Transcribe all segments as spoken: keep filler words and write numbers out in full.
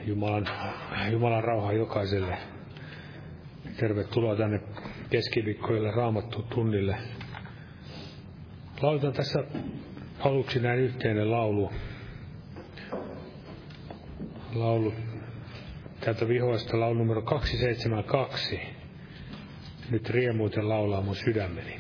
Jumalan, Jumalan rauha jokaiselle. Tervetuloa tänne keskiviikkoille Raamattu tunnille. Lauletaan tässä aluksi näin yhteinen laulu. Laulu täältä Vihoista, laulu numero kaksisataaseitsemänkymmentäkaksi. Nyt riemuiten laulaa mun sydämeni.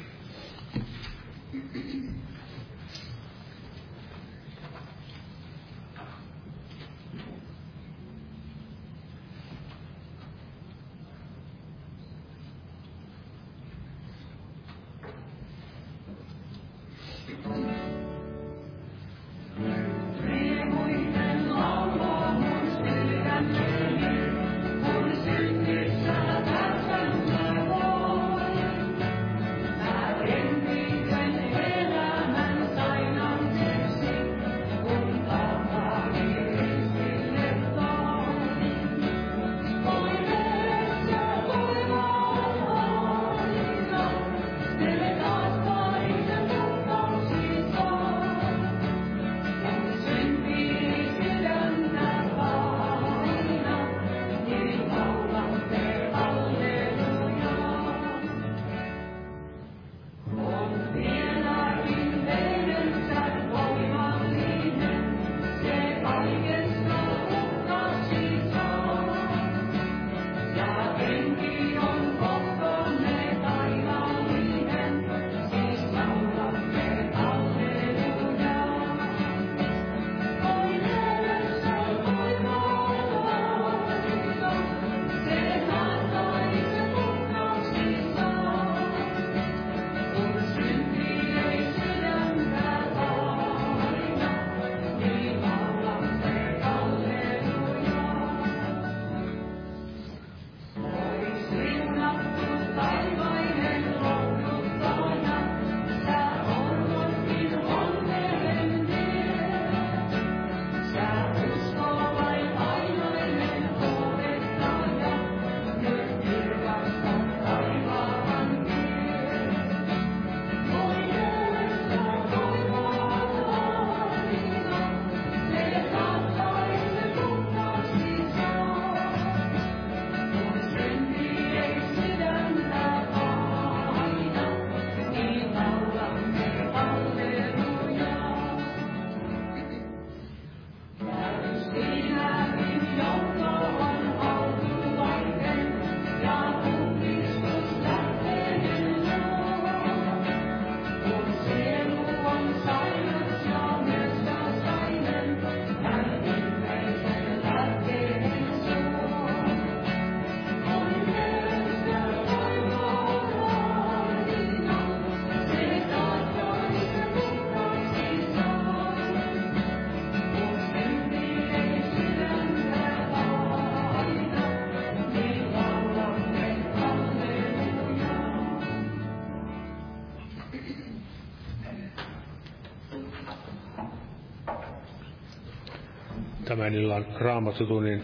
Tämän illan Raamattutunnin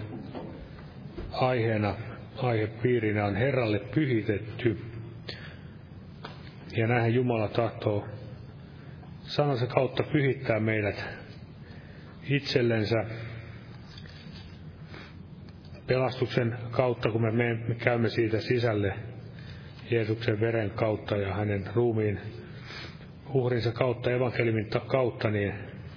aiheena, aihepiirinä on Herralle pyhitetty. Ja näinhän Jumala tahtoo sanansa kautta pyhittää meidät itsellensä pelastuksen kautta, kun me, me käymme siitä sisälle Jeesuksen veren kautta ja hänen ruumiin uhrinsa kautta, evankeliumin kautta, niin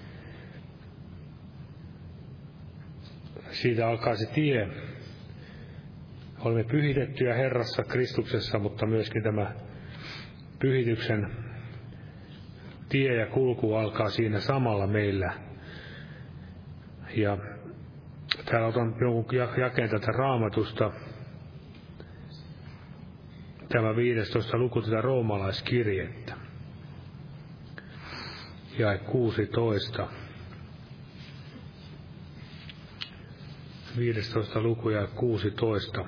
siitä alkaa se tie. Olemme pyhitettyjä Herrassa Kristuksessa, mutta myöskin tämä pyhityksen tie ja kulku alkaa siinä samalla meillä. Ja täällä otan jonkun jakeen tätä Raamatusta. Tämä viidestoista luku tätä roomalaiskirjettä. Jae kuusitoista. viidestoista luku ja kuusitoista.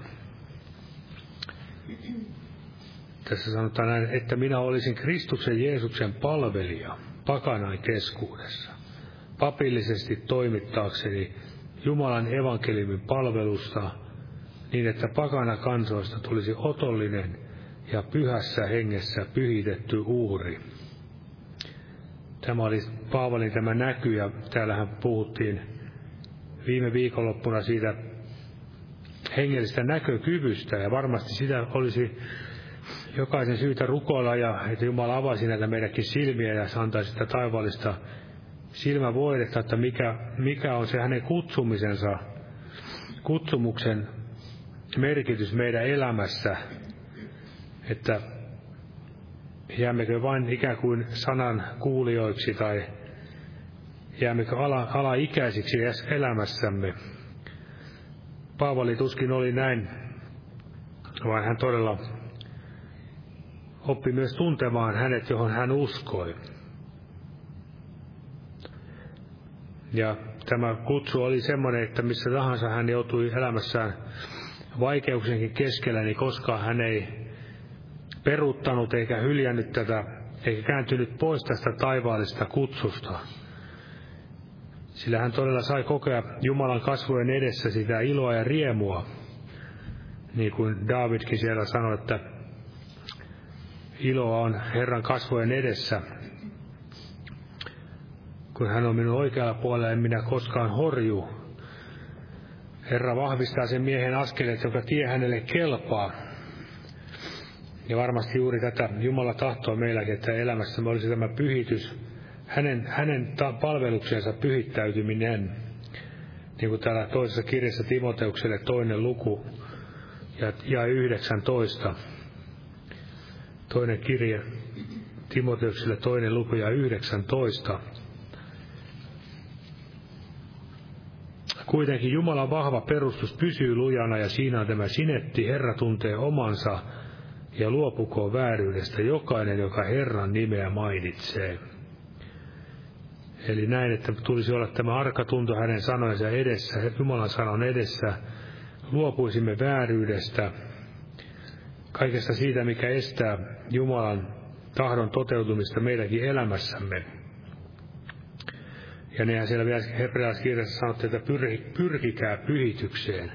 Tässä sanotaan näin, että minä olisin Kristuksen Jeesuksen palvelija pakanain keskuudessa, papillisesti toimittaakseni Jumalan evankeliumin palvelusta, niin että pakana kansoista tulisi otollinen ja pyhässä hengessä pyhitetty uhri. Tämä oli Paavalin tämä näky, ja täällähän puhuttiin viime viikonloppuna siitä hengellistä näkökyvystä, ja varmasti sitä olisi jokaisen syytä rukoilla, ja että Jumala avasi näitä meidänkin silmiä ja antaisi sitä taivaallista silmävoidetta, että mikä, mikä on se hänen kutsumisensa, kutsumuksen merkitys meidän elämässä, että jäämmekö vain ikään kuin sanan kuulijoiksi tai jäämmekö ala, alaikäisiksi elämässämme. Paavali tuskin oli näin, vaan hän todella oppi myös tuntemaan hänet, johon hän uskoi. Ja tämä kutsu oli semmoinen, että missä tahansa hän joutui elämässään vaikeuksienkin keskellä, niin koskaan hän ei peruuttanut eikä hyljännyt tätä, eikä kääntynyt pois tästä taivaallista kutsusta. Sillä hän todella sai kokea Jumalan kasvojen edessä sitä iloa ja riemua. Niin kuin Daavidkin siellä sanoi, että iloa on Herran kasvojen edessä. Kun hän on minun oikealla puolella, en minä koskaan horju. Herra vahvistaa sen miehen askeleet, joka tie hänelle kelpaa. Ja varmasti juuri tätä Jumala tahtoo meilläkin, että elämässämme olisi tämä pyhitys, hänen, hänen palveluksensa pyhittäytyminen. Niin kuin täällä toisessa kirjassa Timoteukselle toinen luku ja, ja yhdeksäntoista. Toinen kirje Timoteukselle toinen luku ja yhdeksäntoista. Kuitenkin Jumalan vahva perustus pysyy lujana, ja siinä on tämä sinetti: Herra tuntee omansa, ja luopukoon vääryydestä jokainen, joka Herran nimeä mainitsee. Eli näin, että tulisi olla tämä arka tunto hänen sanojensa edessä, Jumalan sanan edessä. Luopuisimme vääryydestä, kaikesta siitä, mikä estää Jumalan tahdon toteutumista meidänkin elämässämme. Ja nehän siellä vielä hebrealaiskirjassa sanottiin, että pyrkikää pyhitykseen.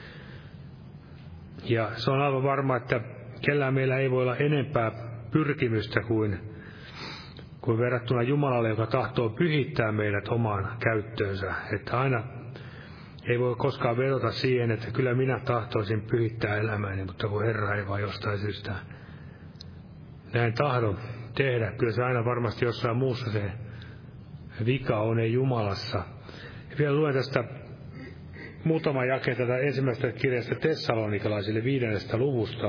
Ja se on aivan varma, että kellään meillä ei voi olla enempää pyrkimystä kuin, kuin verrattuna Jumalalle, joka tahtoo pyhittää meidät omaan käyttöönsä. Että aina ei voi koskaan vedota siihen, että kyllä minä tahtoisin pyhittää elämääni, mutta kun Herra ei vaan jostain syystä näin tahdon tehdä. Kyllä se aina varmasti jossain muussa se vika on, ei Jumalassa. Ja vielä luen tästä muutama jake tätä ensimmäistä kirjasta Tessalonikalaisille viidennestä luvusta.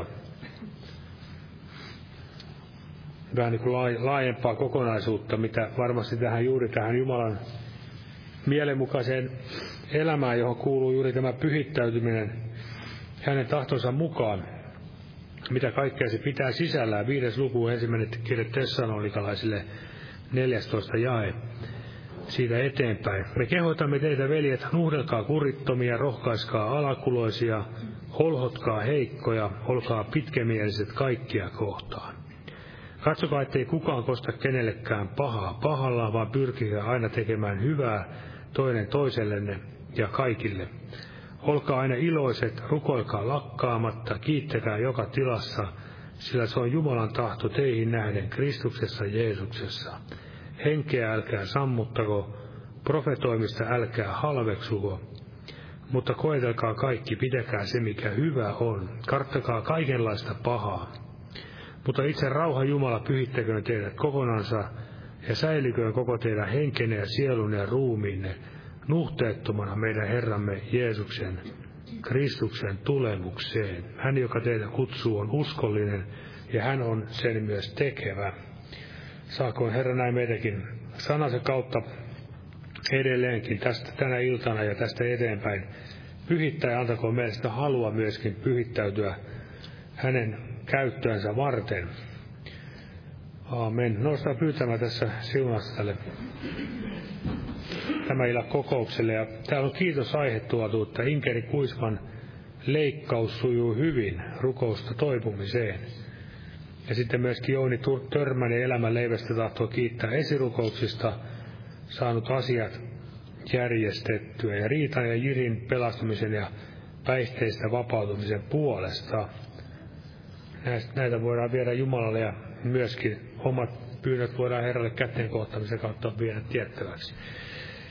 Vähän niin kuin laajempaa kokonaisuutta, mitä varmasti tähän juuri tähän Jumalan mielenmukaiseen elämään, johon kuuluu juuri tämä pyhittäytyminen hänen tahtonsa mukaan. Mitä kaikkea se pitää sisällään. Viides luku, ensimmäinen kirja Tessalonikalaisille, neljästoista jae. Siitä eteenpäin. Me kehotamme teitä, veljet, nuhdelkaa kurittomia, rohkaiskaa alakuloisia, holhotkaa heikkoja, olkaa pitkämieliset kaikkia kohtaan. Katsokaa, ettei kukaan kosta kenellekään pahaa pahalla, vaan pyrkikää aina tekemään hyvää toinen toisellenne ja kaikille. Olkaa aina iloiset, rukoilkaa lakkaamatta, kiittäkää joka tilassa, sillä se on Jumalan tahto teihin nähden Kristuksessa Jeesuksessa. Henkeä älkää sammuttako, profetoimista älkää halveksuko, mutta koetelkaa kaikki, pitäkää se mikä hyvä on, karttakaa kaikenlaista pahaa. Mutta itse rauha Jumala pyhittäköön teidät kokonansa ja säilyköön koko teidän henkenne ja sielunne ja ruumiinne nuhteettomana meidän Herramme Jeesuksen, Kristuksen tulemukseen. Hän, joka teitä kutsuu, on uskollinen ja hän on sen myös tekevä. Saakoon Herra näin meidänkin sanansa kautta edelleenkin tästä tänä iltana ja tästä eteenpäin pyhittää ja antakoon meille sitä halua myöskin pyhittäytyä hänen käyttöönsä varten. Aamen. Noustaan pyytämään tässä siunasta tälle tämän illan kokoukselle. Ja täällä on kiitosaihe tuotu, että Inkeri Kuisman leikkaus sujuu hyvin rukousta toipumiseen. Ja sitten myöskin Jouni Törmänen Elämän leivästä tahtoo kiittää esirukouksista saanut asiat järjestettyä. Ja Riitan ja Jirin pelastumisen ja päihteistä vapautumisen puolesta. Näitä voidaan viedä Jumalalle ja myöskin omat pyynnöt voidaan Herralle käteen kohtamisen kautta viedä tiettäväksi.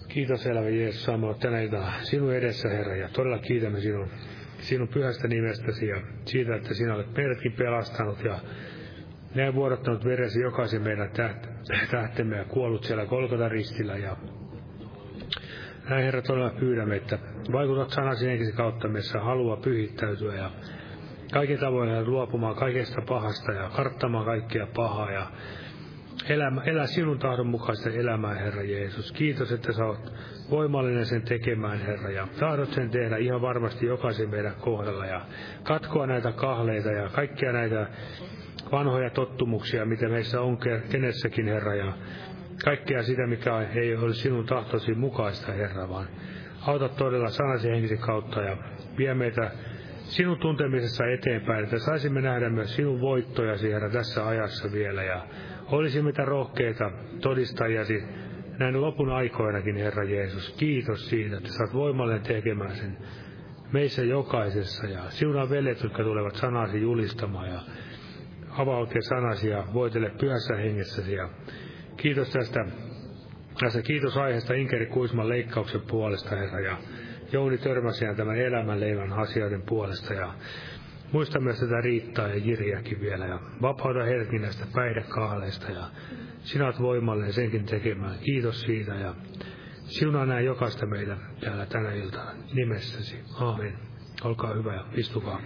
Kiitos elävä Jeesus, saamme olla tänä iltana sinun edessä, Herra, ja todella kiitämme sinun, sinun pyhästä nimestäsi ja siitä, että sinä olet meidätkin pelastanut ja näin vuodattanut veresi jokaisen meidän tähtemme ja kuollut siellä Golgotan ristillä. Ja näin, Herra, todella pyydämme, että vaikutat sanasi henkisi kautta meissä halua pyhittäytyä ja kaikin tavoin luopumaan kaikesta pahasta ja karttamaan kaikkea pahaa ja Elämä, elä sinun tahdon mukaista elämää, Herra Jeesus. Kiitos, että sä oot voimallinen sen tekemään, Herra, ja tahdot sen tehdä ihan varmasti jokaisen meidän kohdalla, ja katkoa näitä kahleita ja kaikkia näitä vanhoja tottumuksia, mitä meissä on kenessäkin, Herra, ja kaikkea sitä, mikä ei ole sinun tahtosi mukaista, Herra, vaan auta todella sanasi henkisi kautta ja vie meitä sinun tuntemisessa eteenpäin, että saisimme nähdä myös sinun voittojasi, Herra, tässä ajassa vielä, ja olisi mitä rohkeita todistajasi näin lopun aikoinakin, Herra Jeesus. Kiitos siitä, että sä oot voimallinen tekemään sen meissä jokaisessa. Ja siunaa veljet, jotka tulevat sanasi julistamaan ja avautia sanasi ja voitele pyhässä hengessäsi. Ja kiitos tästä, tästä kiitos aiheesta Inkeri Kuisman leikkauksen puolesta, Herra. Ja Jouni Törmäsiän tämän elämänleivän asioiden puolesta. Ja muista myös tätä Riittaa ja Jiriäkin vielä ja vapauta heidätkin näistä päihdekahleista ja sinä olet voimallinen senkin tekemään. Kiitos siitä ja siunaa näin jokaista meitä täällä tänä iltana nimessäsi. Aamen. Olkaa hyvä ja istukaa.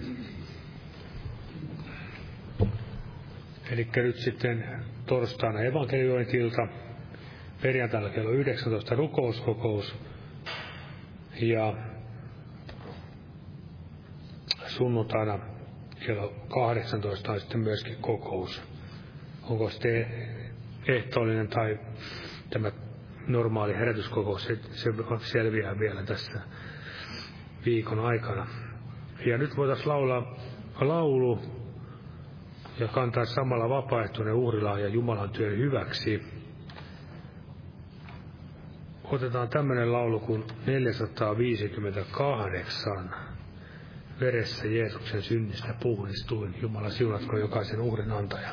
Eli nyt sitten torstaina evankeliointi-ilta, perjantaina kello yhdeksäntoista rukouskokous ja sunnuntaina kello kahdeksantoista on sitten myöskin kokous. Onko sitten ehtoollinen tai tämä normaali herätyskokous, se, se selviää vielä tässä viikon aikana. Ja nyt voitaisiin laulaa laulu ja kantaa samalla vapaaehtoinen uhrilahja Jumalan työn hyväksi. Otetaan tämmöinen laulu kuin neljäsataaviisikymmentäkahdeksan. Veressä Jeesuksen synnistä puhdistuin. Jumala siunatko jokaisen uhrin antaja.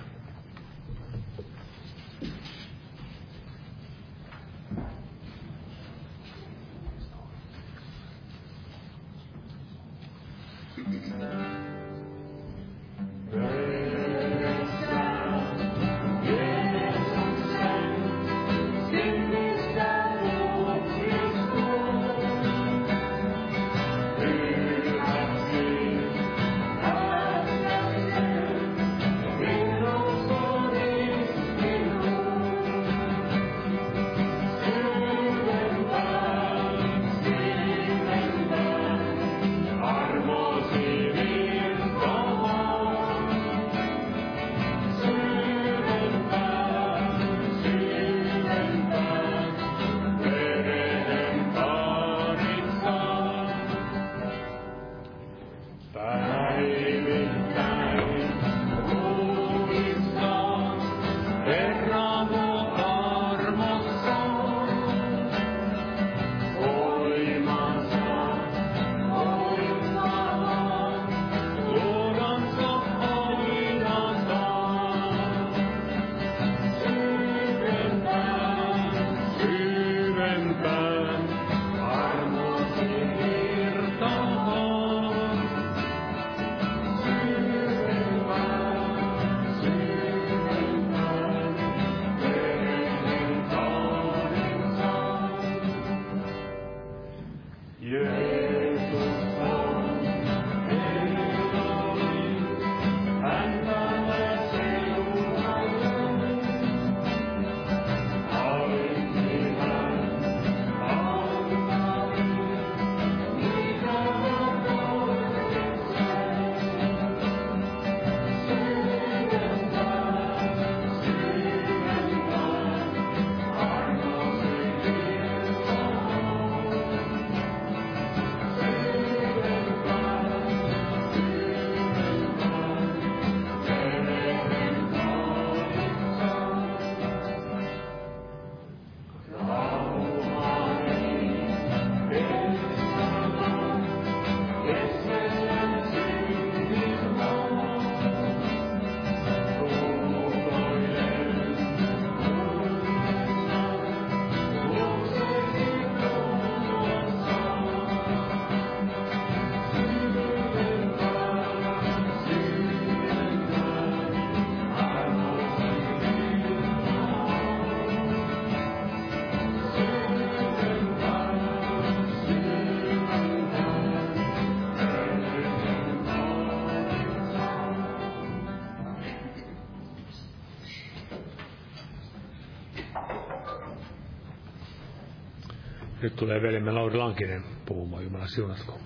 Nyt tulee veljemme Lauri Lankinen puhumaan. Jumala siunatko.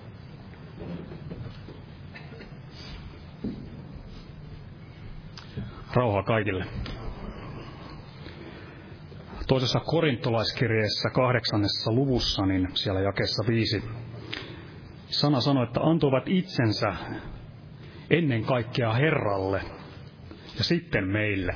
Rauha kaikille. Toisessa korintolaiskirjeessä kahdeksannessa luvussa, niin siellä jakeessa viisi, sana sanoi, että antoivat itsensä ennen kaikkea Herralle ja sitten meille.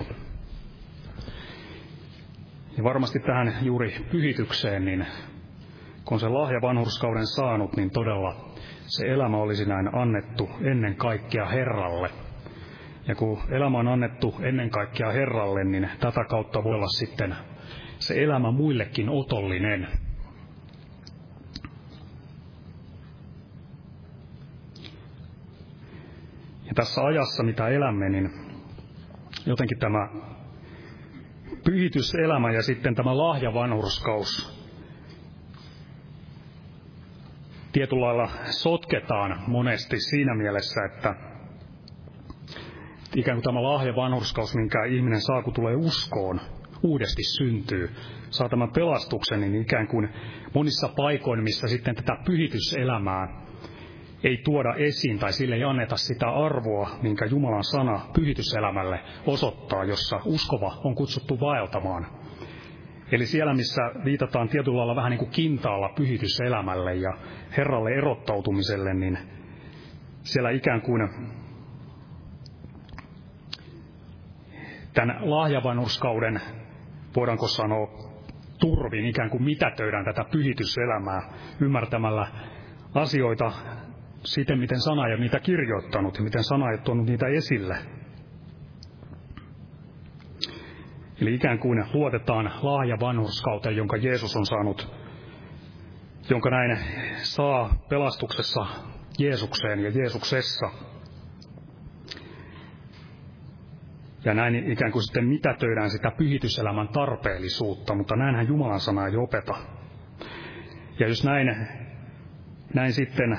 Ja varmasti tähän juuri pyhitykseen, niin kun se lahja vanhurskauden saanut, niin todella se elämä olisi näin annettu ennen kaikkea Herralle. Ja kun elämä on annettu ennen kaikkea Herralle, niin tätä kautta voi olla sitten se elämä muillekin otollinen. Ja tässä ajassa, mitä elämme, niin jotenkin tämä pyhityselämä ja sitten tämä lahjavanhurskaus tietyllä lailla sotketaan monesti siinä mielessä, että ikään kuin tämä lahjavanhurskaus, minkä ihminen saa, kun tulee uskoon, uudesti syntyy, saa tämän pelastuksen, niin ikään kuin monissa paikoin, missä sitten tätä pyhityselämää ei tuoda esiin tai sille ei anneta sitä arvoa, minkä Jumalan sana pyhityselämälle osoittaa, jossa uskova on kutsuttu vaeltamaan. Eli siellä, missä viitataan tietyllä lailla vähän niin kuin kintaalla pyhityselämälle ja Herralle erottautumiselle, niin siellä ikään kuin tämän lahjavanhurskauden, voidaanko sanoa, turvin ikään kuin mitätöidään tätä pyhityselämää ymmärtämällä asioita siten, miten sana ei ole niitä kirjoittanut ja miten sana ei ole tuonut niitä esille. Eli ikään kuin luotetaan lahjavanhurskauteen, jonka Jeesus on saanut, jonka näin saa pelastuksessa Jeesukseen ja Jeesuksessa. Ja näin ikään kuin sitten mitätöidään sitä pyhityselämän tarpeellisuutta, mutta näinhän Jumalan sana ei opeta. Ja jos näin, näin sitten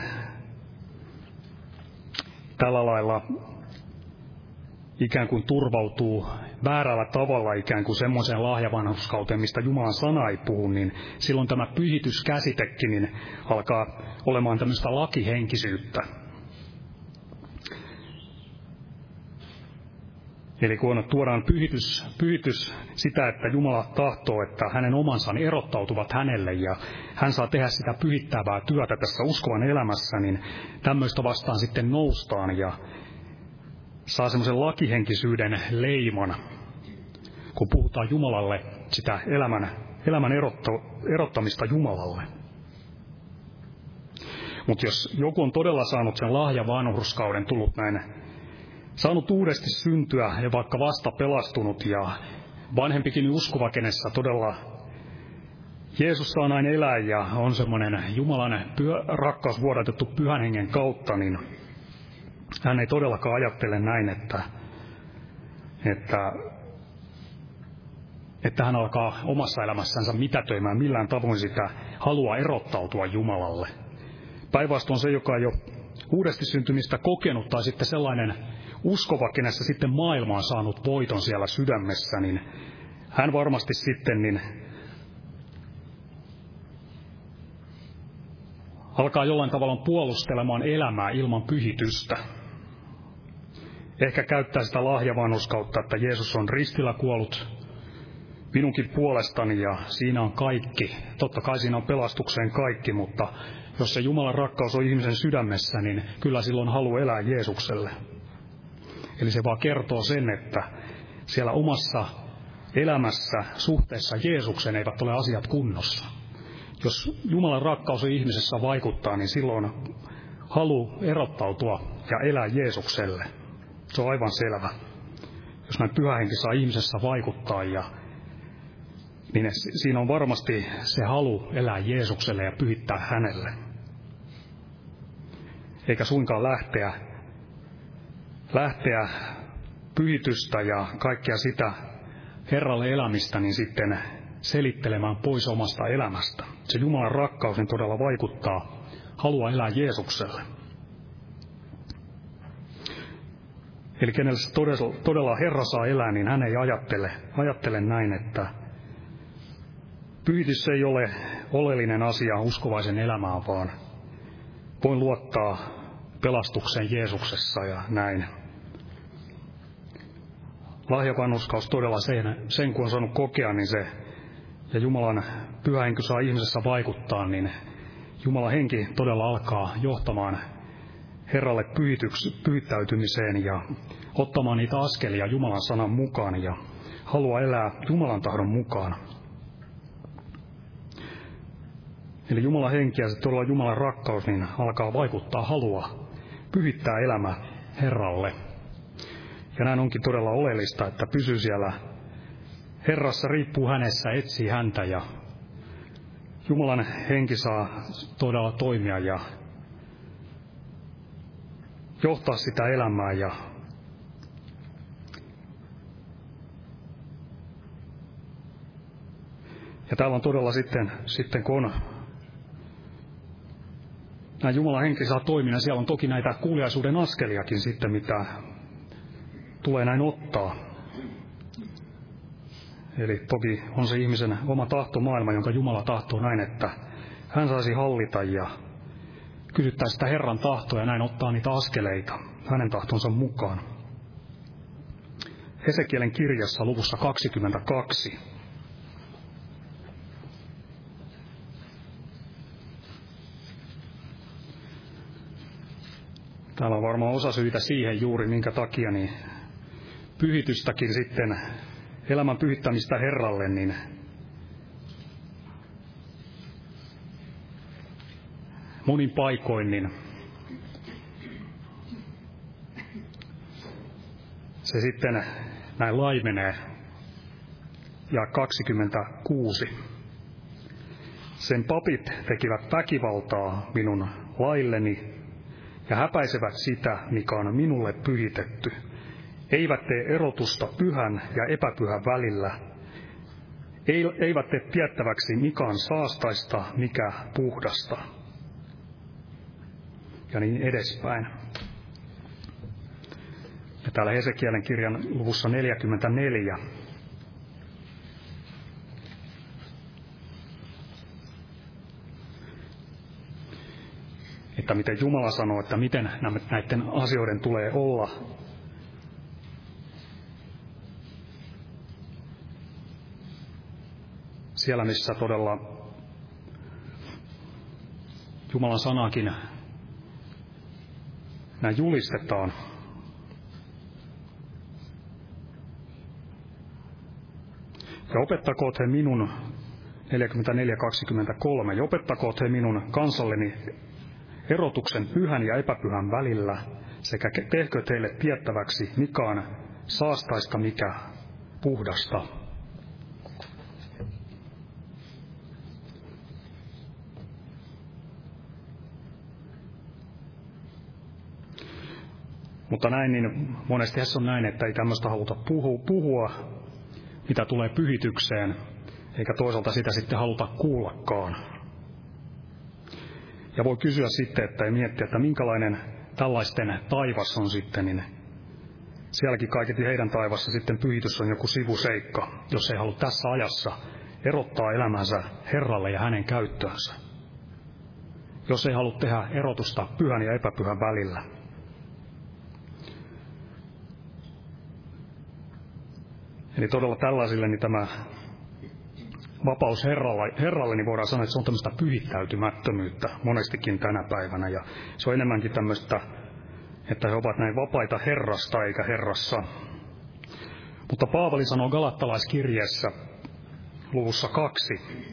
tällä lailla ikään kuin turvautuu väärällä tavalla ikään kuin semmoiseen lahjavanhurskauteen, mistä Jumalan sana ei puhu, niin silloin tämä pyhityskäsitekin niin alkaa olemaan tämmöistä lakihenkisyyttä. Eli kun tuodaan pyhitys, pyhitys sitä, että Jumala tahtoo, että hänen omansa erottautuvat hänelle ja hän saa tehdä sitä pyhittävää työtä tässä uskovan elämässä, niin tämmöistä vastaan sitten noustaan ja saa semmoisen lakihenkisyyden leiman, kun puhutaan Jumalalle sitä elämän, elämän erotto, erottamista Jumalalle. Mutta jos joku on todella saanut sen lahjavanhurskauden, tullut näin, saanut uudesti syntyä ja vaikka vasta pelastunut ja vanhempikin uskova, kenessä todella Jeesus saa näin elää ja on semmoinen Jumalan pyhä, rakkaus vuodatettu Pyhän Hengen kautta, niin hän ei todellakaan ajattele näin, että, että, että hän alkaa omassa elämässänsä mitätöimään millään tavoin sitä halua erottautua Jumalalle. Päinvastoin se, joka ei ole uudesti syntymistä kokenut tai sitten sellainen uskova, kenessä sitten maailma on saanut voiton siellä sydämessä, niin hän varmasti sitten niin alkaa jollain tavalla puolustelemaan elämää ilman pyhitystä. Ehkä käyttää sitä lahjavanhurskautta, että Jeesus on ristillä kuollut minunkin puolestani ja siinä on kaikki. Totta kai siinä on pelastukseen kaikki, mutta jos se Jumalan rakkaus on ihmisen sydämessä, niin kyllä silloin haluaa elää Jeesukselle. Eli se vaan kertoo sen, että siellä omassa elämässä, suhteessa Jeesuksen eivät ole asiat kunnossa. Jos Jumalan rakkaus ihmisessä vaikuttaa, niin silloin halu erottautua ja elää Jeesukselle. Se on aivan selvä. Jos näin Pyhä Henki saa ihmisessä vaikuttaa, ja, niin siinä on varmasti se halu elää Jeesukselle ja pyhittää hänelle. Eikä suinkaan lähteä, lähteä pyhitystä ja kaikkea sitä Herralle elämistä, niin sitten selittelemään pois omasta elämästä. Se Jumalan rakkaus niin todella vaikuttaa, haluaa elää Jeesukselle. Eli kenelle se todella, todella Herra saa elää, niin hän ei ajattele, ajattele näin, että pyhitys ei ole oleellinen asia uskovaisen elämään, vaan voin luottaa pelastukseen Jeesuksessa ja näin. Lahjavanhurskaus todella sen, sen kun on saanut kokea, niin se, ja Jumalan pyhä henki saa ihmisessä vaikuttaa, niin Jumalan henki todella alkaa johtamaan Herralle pyhittäytymiseen ja ottamaan niitä askelia Jumalan sanan mukaan ja haluaa elää Jumalan tahdon mukaan. Eli Jumalan henki ja se todella Jumalan rakkaus niin alkaa vaikuttaa halua pyhittää elämä Herralle. Ja näin onkin todella oleellista, että pysyy siellä Herrassa, riippuu hänessä, etsii häntä ja Jumalan henki saa todella toimia ja johtaa sitä elämää ja ja täällä on todella sitten, sitten kun on näin Jumalan henki saa toimia, siellä on toki näitä kuuliaisuuden askeliakin sitten, mitä tulee näin ottaa. Eli toki on se ihmisen oma tahtomaailma, jonka Jumala tahtoo näin, että hän saisi hallita ja kysyttää sitä Herran tahtoa ja näin ottaa niitä askeleita hänen tahtonsa mukaan. Hesekielen kirjassa luvussa kaksikymmentäkaksi. Täällä on varmaan osa syitä siihen juuri, minkä takia niin pyhitystäkin sitten, elämän pyhittämistä Herralle, niin monin paikoin niin se sitten näin laimenee. Ja kaksikymmentäkuusi. Sen papit tekivät väkivaltaa minun lailleni ja häpäisevät sitä, mikä on minulle pyhitetty. Eivät tee erotusta pyhän ja epäpyhän välillä. Eivät tee tiettäväksi, mikä on saastaista, mikä puhdasta. Ja niin edespäin. Ja täällä Hesekielen kirjan luvussa neljäkymmentäneljä. Että miten Jumala sanoo, että miten näiden asioiden tulee olla. Siellä, missä todella Jumalan sanakin näin julistetaan. Ja opettakoot he minun, neljäkymmentäneljä kaksikymmentäkolme, ja opettakoot he minun kansalleni erotuksen pyhän ja epäpyhän välillä, sekä tehkö teille tiettäväksi, mikä on saastaista, mikä puhdasta. Mutta näin, niin monesti se on näin, että ei tämmöistä haluta puhua, mitä tulee pyhitykseen, eikä toisaalta sitä sitten haluta kuullakaan. Ja voi kysyä sitten, että ei miettiä, että minkälainen tällaisten taivas on sitten, niin sielläkin kaiketi heidän taivassa sitten pyhitys on joku sivuseikka, jos ei halua tässä ajassa erottaa elämänsä Herralle ja hänen käyttöönsä. Jos ei halua tehdä erotusta pyhän ja epäpyhän välillä. Eli todella tällaisille niin tämä vapaus Herralle, Herralle, niin voidaan sanoa, että se on tämmöistä pyhittäytymättömyyttä monestikin tänä päivänä. Ja se on enemmänkin tämmöistä, että he ovat näin vapaita Herrasta eikä Herrassa. Mutta Paavali sanoo galattalaiskirjeessä luvussa kaksi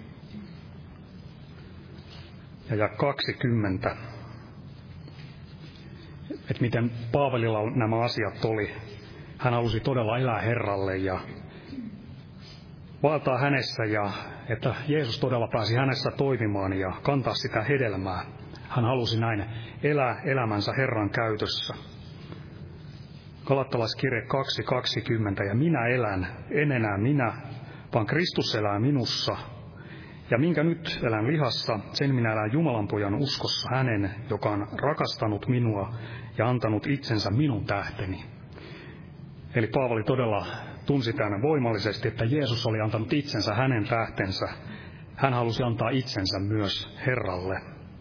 ja ja kaksikymmentä, että miten Paavalilla nämä asiat oli. Hän halusi todella elää Herralle ja valtaa hänessä ja että Jeesus todella pääsi hänessä toimimaan ja kantaa sitä hedelmää. Hän halusi näin elää elämänsä Herran käytössä. Galattalaiskirje kaksi kaksikymmentä, ja minä elän, en enää minä, vaan Kristus elää minussa. Ja minkä nyt elän lihassa, sen minä elän Jumalan pojan uskossa hänen, joka on rakastanut minua ja antanut itsensä minun tähteni. Eli Paavali todella tunsi tämän voimallisesti, että Jeesus oli antanut itsensä hänen tähtensä, hän halusi antaa itsensä myös Herralle.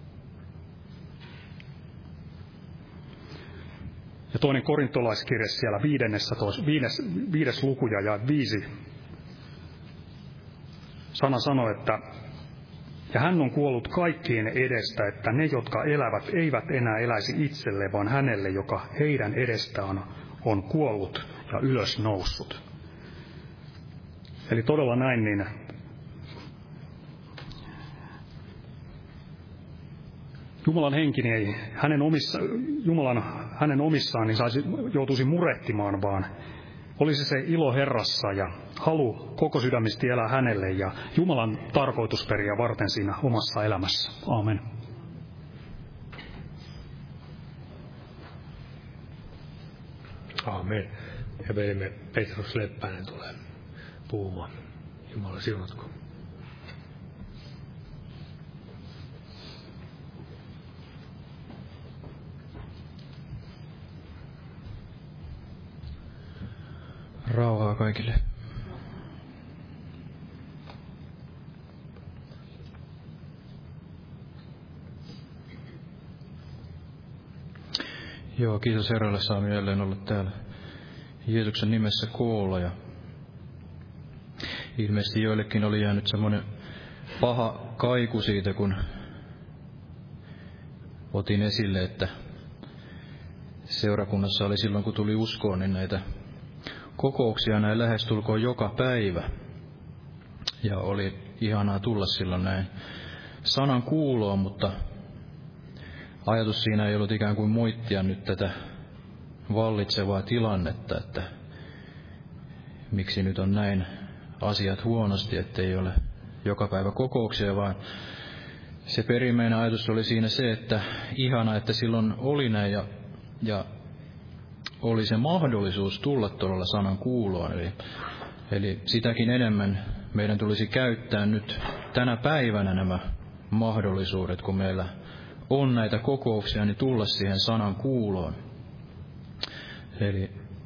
Ja toinen korintolaiskirje siellä viidennessä, viides, viides luku ja jae viisi. Sana sanoo, että ja hän on kuollut kaikkien edestä, että ne, jotka elävät, eivät enää eläisi itselle, vaan hänelle, joka heidän edestään on kuollut ja ylös noussut. Eli todella näin, niin Jumalan henki niin ei hänen, omissa, Jumalan, hänen omissaan niin saisi, joutuisi murehtimaan, vaan olisi se ilo Herrassa ja halu koko sydämisesti elää hänelle ja Jumalan tarkoitusperiä varten siinä omassa elämässä. Aamen. Aamen. Ja velimme Petrus Leppänen tulee puhumaan. Jumala siunatko. Rauhaa kaikille. Joo, kiitos Herralle, saamme jälleen olla täällä Jeesuksen nimessä koolla. Ja ilmeisesti joillekin oli jäänyt semmoinen paha kaiku siitä, kun otin esille, että seurakunnassa oli silloin, kun tuli uskoon, niin näitä kokouksia näin lähestulkoon joka päivä. Ja oli ihanaa tulla silloin näin sanan kuuloon, mutta ajatus siinä ei ollut ikään kuin moittia nyt tätä vallitsevaa tilannetta, että miksi nyt on näin asiat huonosti, ettei ole joka päivä kokouksia, vaan se perimmäinen ajatus oli siinä se, että ihana, että silloin oli näin ja, ja oli se mahdollisuus tulla todella sanan kuuloon. Eli, eli sitäkin enemmän meidän tulisi käyttää nyt tänä päivänä nämä mahdollisuudet, kun meillä on näitä kokouksia, niin tulla siihen sanan kuuloon. Eli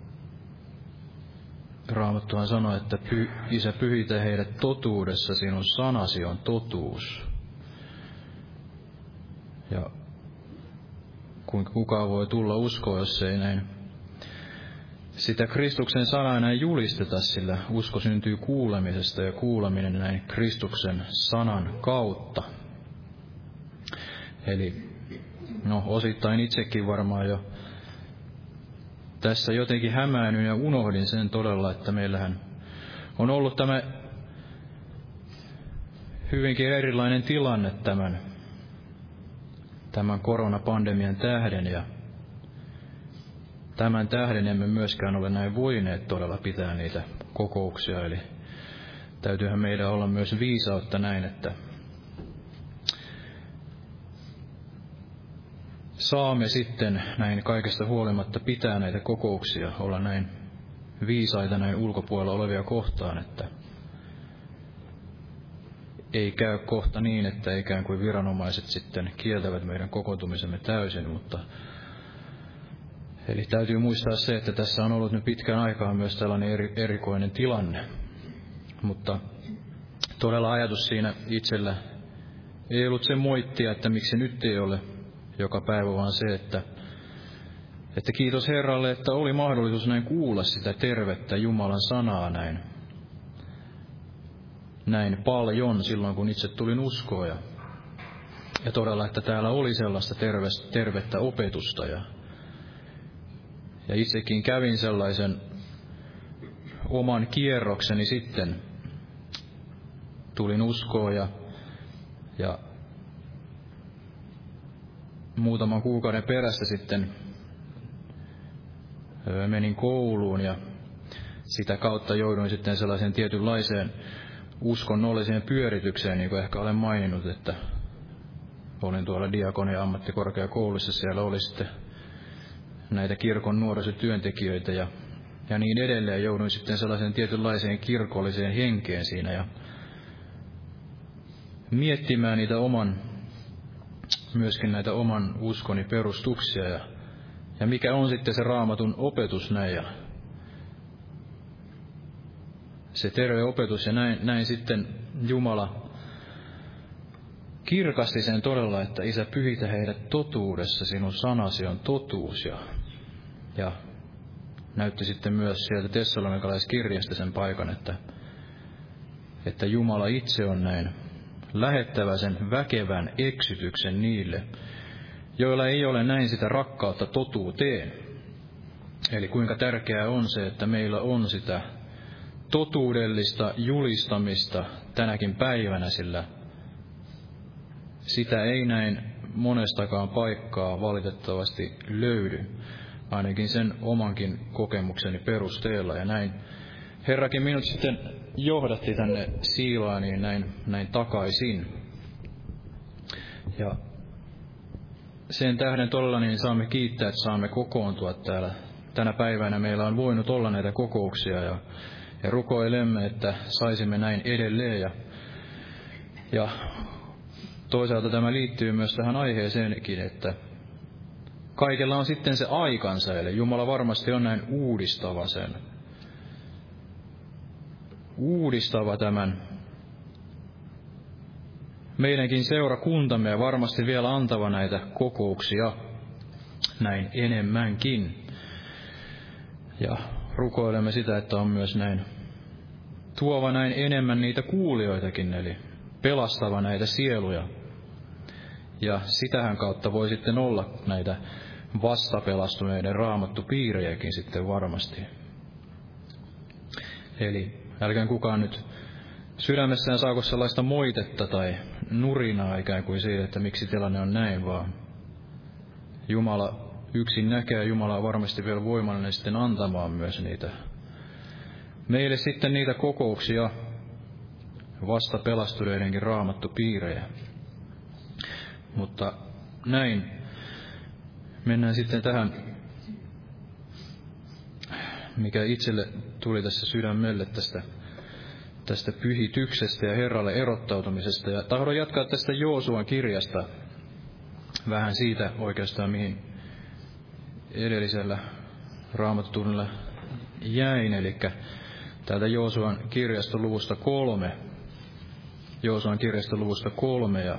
Raamattuhan sanoi, että py, Isä, pyhitä heidät totuudessa, sinun sanasi on totuus. Ja kuinka kukaan voi tulla uskoon, jos ei näin sitä Kristuksen sanaa näin julisteta, sillä usko syntyy kuulemisesta ja kuuleminen näin Kristuksen sanan kautta. Eli no osittain itsekin varmaan jo tässä jotenkin hämäännyin ja unohdin sen todella, että meillähän on ollut tämä hyvinkin erilainen tilanne tämän, tämän koronapandemian tähden ja tämän tähden emme myöskään ole näin voineet todella pitää niitä kokouksia, eli täytyyhän meidän olla myös viisautta näin, että saamme sitten näin kaikesta huolimatta pitää näitä kokouksia, olla näin viisaita näin ulkopuolella olevia kohtaan, että ei käy kohta niin, että ikään kuin viranomaiset sitten kieltävät meidän kokoontumisemme täysin, mutta eli täytyy muistaa se, että tässä on ollut nyt pitkän aikaa myös tällainen eri, erikoinen tilanne, mutta todella ajatus siinä itsellä ei ollut se moittia, että miksi nyt ei ole joka päivä, vaan se, että, että kiitos Herralle, että oli mahdollisuus näin kuulla sitä tervettä Jumalan sanaa näin, näin paljon silloin, kun itse tulin uskoon. Ja, ja todella, että täällä oli sellaista terve, tervettä opetusta. Ja, ja itsekin kävin sellaisen oman kierrokseni sitten. Tulin uskoon ja, ja muutaman kuukauden perästä sitten menin kouluun ja sitä kautta jouduin sitten sellaiseen tietynlaiseen uskonnolliseen pyöritykseen, niin kuin ehkä olen maininnut, että olin tuolla Diakonia ammattikorkeakoulussa, siellä oli sitten näitä kirkon nuorisotyöntekijöitä ja, ja niin edelleen. Jouduin sitten sellaiseen tietynlaiseen kirkolliseen henkeen siinä ja miettimään niitä oman, myöskin näitä oman uskoni perustuksia ja, ja mikä on sitten se Raamatun opetus näin ja se terve opetus ja näin, näin sitten Jumala kirkasti sen todella, että Isä, pyhitä heidät totuudessa, sinun sanasi on totuus. Ja, ja näytti sitten myös sieltä Tessalonikalaiskirjasta sen paikan, että, että Jumala itse on näin lähettävä sen väkevän eksytyksen niille, joilla ei ole näin sitä rakkautta totuuteen. Eli kuinka tärkeää on se, että meillä on sitä totuudellista julistamista tänäkin päivänä, sillä sitä ei näin monestakaan paikkaa valitettavasti löydy, ainakin sen omankin kokemukseni perusteella. Ja näin Herrakin minut sitten johdatti tänne Siilaaniin näin, näin takaisin. Ja sen tähden todella niin saamme kiittää, että saamme kokoontua täällä. Tänä päivänä meillä on voinut olla näitä kokouksia ja, ja rukoilemme, että saisimme näin edelleen. Ja, ja toisaalta tämä liittyy myös tähän aiheeseenkin, että kaikella on sitten se aikansa, eli Jumala varmasti on näin uudistava sen. Uudistava tämän meidänkin seurakuntamme ja varmasti vielä antava näitä kokouksia näin enemmänkin. Ja rukoilemme sitä, että on myös näin tuova näin enemmän niitä kuulijoitakin, eli pelastava näitä sieluja. Ja sitähän kautta voi sitten olla näitä vastapelastuneiden raamattupiirejäkin sitten varmasti. Eli älkää kukaan nyt sydämessään saako sellaista moitetta tai nurinaa ikään kuin siitä, että miksi tilanne on näin, vaan Jumala yksin näkee, Jumala on varmasti vielä voimallinen sitten antamaan myös niitä meille sitten niitä kokouksia, vasta pelastuneidenkin raamattupiirejä. Mutta näin mennään sitten tähän, mikä itselle tuli tässä sydämelle tästä, tästä pyhityksestä ja Herralle erottautumisesta. Ja tahdon jatkaa tästä Joosuan kirjasta vähän siitä oikeastaan, mihin edellisellä raamattutunnilla jäin, eli täältä Joosuan kirjasta luvusta kolme. Joosuan kirjasta luvusta kolme ja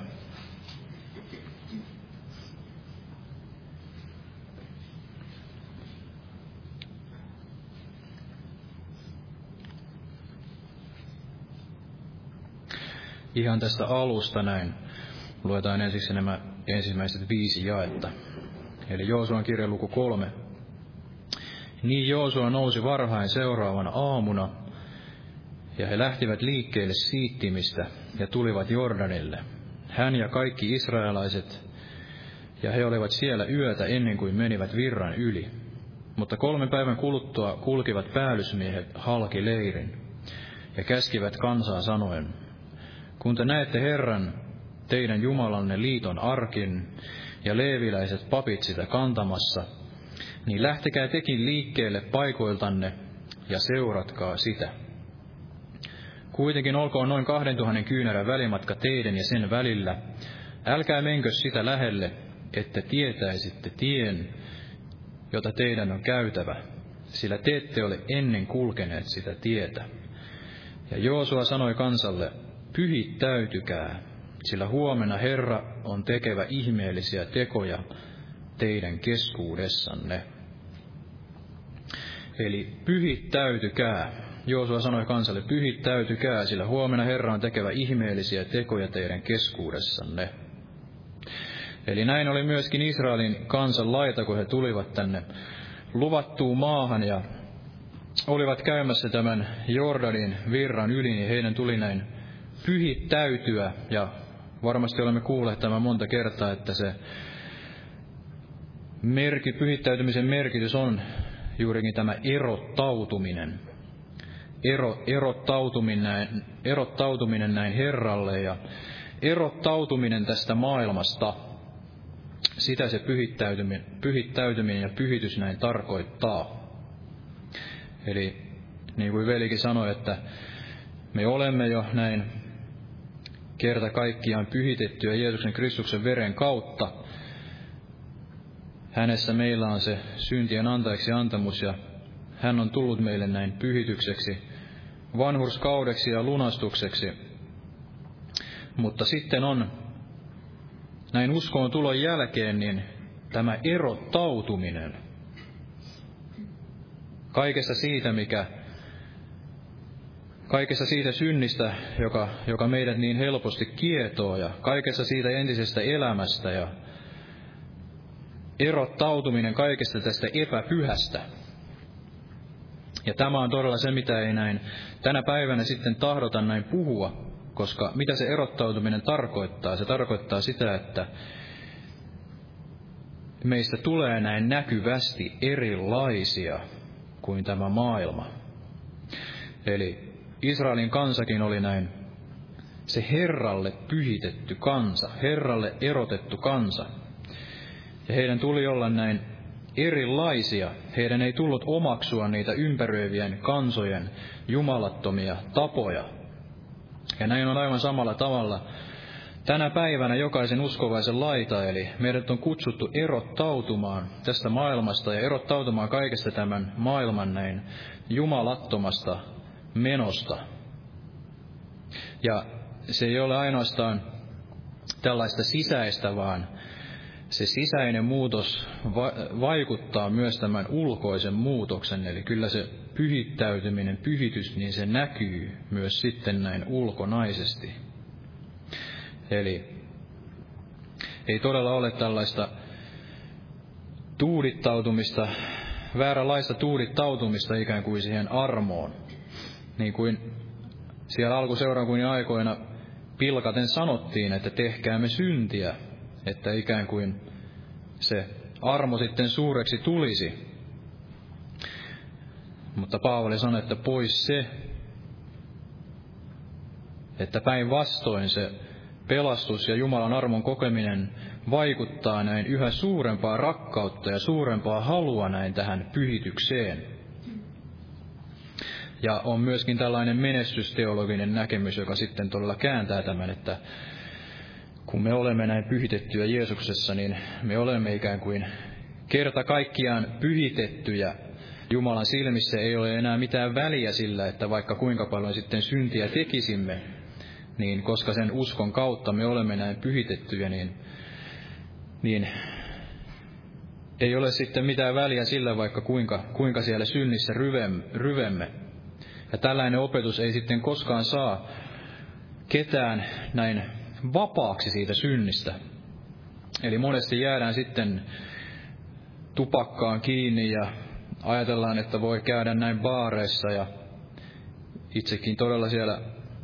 ihan tästä alusta näin. Luetaan ensiksi nämä ensimmäiset viisi jaetta. Eli Joosuan kirja luku kolme. Niin Joosua nousi varhain seuraavana aamuna, ja he lähtivät liikkeelle Siittimistä ja tulivat Jordanille. Hän ja kaikki israelaiset, ja he olivat siellä yötä ennen kuin menivät virran yli. Mutta kolmen päivän kuluttua kulkivat päällysmiehet halki leirin, ja käskivät kansaa sanoen: kun te näette Herran, teidän Jumalanne liiton arkin, ja leeviläiset papit sitä kantamassa, niin lähtekää tekin liikkeelle paikoiltanne ja seuratkaa sitä. Kuitenkin olkoon noin kahden tuhannen kyynärän välimatka teidän ja sen välillä. Älkää menkö sitä lähelle, että tietäisitte tien, jota teidän on käytävä, sillä te ette ole ennen kulkeneet sitä tietä. Ja Joosua sanoi kansalle: pyhittäytykää, sillä huomenna Herra on tekevä ihmeellisiä tekoja teidän keskuudessanne. Eli pyhittäytykää. Joosua sanoi kansalle: pyhittäytykää, sillä huomenna Herra on tekevä ihmeellisiä tekoja teidän keskuudessanne. Eli näin oli myöskin Israelin kansan laita, kun he tulivat tänne luvattuun maahan ja olivat käymässä tämän Jordanin virran yli, niin heidän tuli näin pyhittäytyä. Ja varmasti olemme kuulleet tämän monta kertaa, että se merki, pyhittäytymisen merkitys on juurikin tämä erottautuminen. Ero, erottautuminen, näin, erottautuminen näin Herralle ja erottautuminen tästä maailmasta. Sitä se pyhittäytyminen, pyhittäytyminen ja pyhitys näin tarkoittaa. Eli niin kuin velikin sanoi, että me olemme jo näin kerta kaikkiaan pyhitettyä Jeesuksen Kristuksen veren kautta. Hänessä meillä on se syntien antajaksi antamus ja hän on tullut meille näin pyhitykseksi, vanhurskaudeksi ja lunastukseksi. Mutta sitten on näin uskoon tulon jälkeen, niin tämä erottautuminen kaikesta siitä, mikä, kaikesta siitä synnistä, joka, joka meidät niin helposti kietoo, ja kaikesta siitä entisestä elämästä, ja erottautuminen kaikesta tästä epäpyhästä. Ja tämä on todella se, mitä ei näin tänä päivänä sitten tahdota näin puhua, koska mitä se erottautuminen tarkoittaa? Se tarkoittaa sitä, että meistä tulee näin näkyvästi erilaisia kuin tämä maailma. Eli Israelin kansakin oli näin se Herralle pyhitetty kansa, Herralle erotettu kansa. Ja heidän tuli olla näin erilaisia. Heidän ei tullut omaksua niitä ympäröivien kansojen jumalattomia tapoja. Ja näin on aivan samalla tavalla tänä päivänä jokaisen uskovaisen laita, eli meidät on kutsuttu erottautumaan tästä maailmasta ja erottautumaan kaikesta tämän maailman näin jumalattomasta menosta. Ja se ei ole ainoastaan tällaista sisäistä, vaan se sisäinen muutos va- vaikuttaa myös tämän ulkoisen muutoksen, eli kyllä se pyhittäytyminen, pyhitys, niin se näkyy myös sitten näin ulkonaisesti. Eli ei todella ole tällaista tuudittautumista, vääränlaista tuudittautumista ikään kuin siihen armoon. Niin kuin siellä alkuseurakunnan aikoina pilkaten sanottiin, että tehkäämme syntiä, että ikään kuin se armo sitten suureksi tulisi. Mutta Paavali sanoi, että pois se, että päinvastoin se pelastus ja Jumalan armon kokeminen vaikuttaa näin yhä suurempaa rakkautta ja suurempaa halua näin tähän pyhitykseen. Ja on myöskin tällainen menestysteologinen näkemys, joka sitten todella kääntää tämän, että kun me olemme näin pyhitettyjä Jeesuksessa, niin me olemme ikään kuin kerta kaikkiaan pyhitettyjä. Jumalan silmissä ei ole enää mitään väliä sillä, että vaikka kuinka paljon sitten syntiä tekisimme, niin koska sen uskon kautta me olemme näin pyhitettyjä, niin, niin ei ole sitten mitään väliä sillä, vaikka kuinka, kuinka siellä synnissä ryvemme. Ja tällainen opetus ei sitten koskaan saa ketään näin vapaaksi siitä synnistä. Eli monesti jäädään sitten tupakkaan kiinni ja ajatellaan, että voi käydä näin baareissa, ja itsekin todella siellä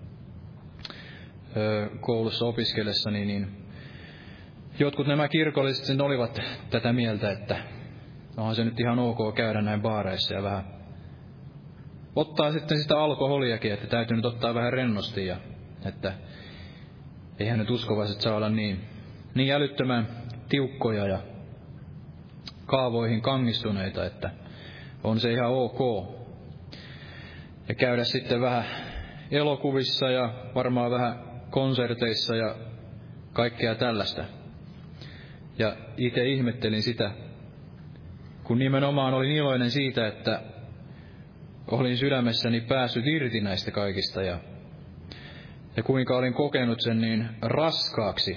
ö, koulussa opiskellessani, niin jotkut nämä kirkolliset sen olivat tätä mieltä, että onhan se nyt ihan ok käydä näin baareissa ja vähän ottaa sitten sitä alkoholiakin, että täytyy nyt ottaa vähän rennosti, ja että eihän nyt uskovaiset saa olla niin, niin älyttömän tiukkoja ja kaavoihin kangistuneita, että on se ihan ok. Ja käydä sitten vähän elokuvissa ja varmaan vähän konserteissa ja kaikkea tällaista. Ja itse ihmettelin sitä, kun nimenomaan olin iloinen siitä, että olin sydämessäni päässyt irti näistä kaikista ja, ja kuinka olin kokenut sen niin raskaaksi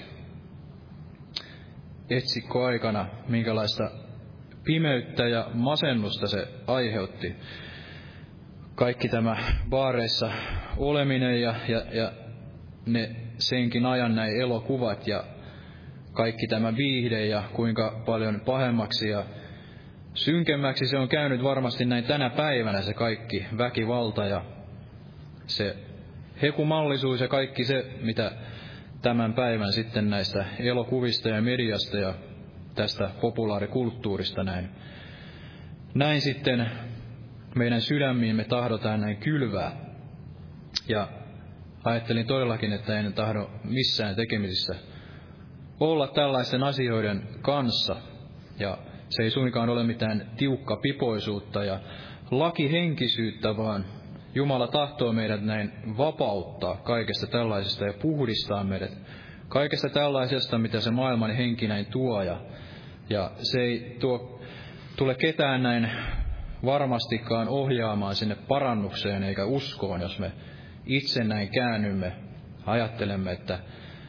etsikkoaikana, minkälaista pimeyttä ja masennusta se aiheutti. Kaikki tämä baareissa oleminen ja, ja, ja ne senkin ajan näin elokuvat ja kaikki tämä viihde ja kuinka paljon pahemmaksi ja synkemmäksi se on käynyt varmasti näin tänä päivänä se kaikki väkivalta ja se hekumallisuus ja kaikki se, mitä tämän päivän sitten näistä elokuvista ja mediasta ja tästä populaarikulttuurista näin. Näin sitten meidän sydämiimme tahdotaan näin kylvää. Ja ajattelin todellakin, että en tahdo missään tekemisissä olla tällaisten asioiden kanssa. Ja se ei suinkaan ole mitään tiukka pipoisuutta ja lakihenkisyyttä, vaan Jumala tahtoo meidät näin vapauttaa kaikesta tällaisesta ja puhdistaa meidät kaikesta tällaisesta, mitä se maailman henki näin tuo. Ja, ja se ei tuo, tule ketään näin varmastikaan ohjaamaan sinne parannukseen eikä uskoon, jos me itse näin käännymme, ajattelemme, että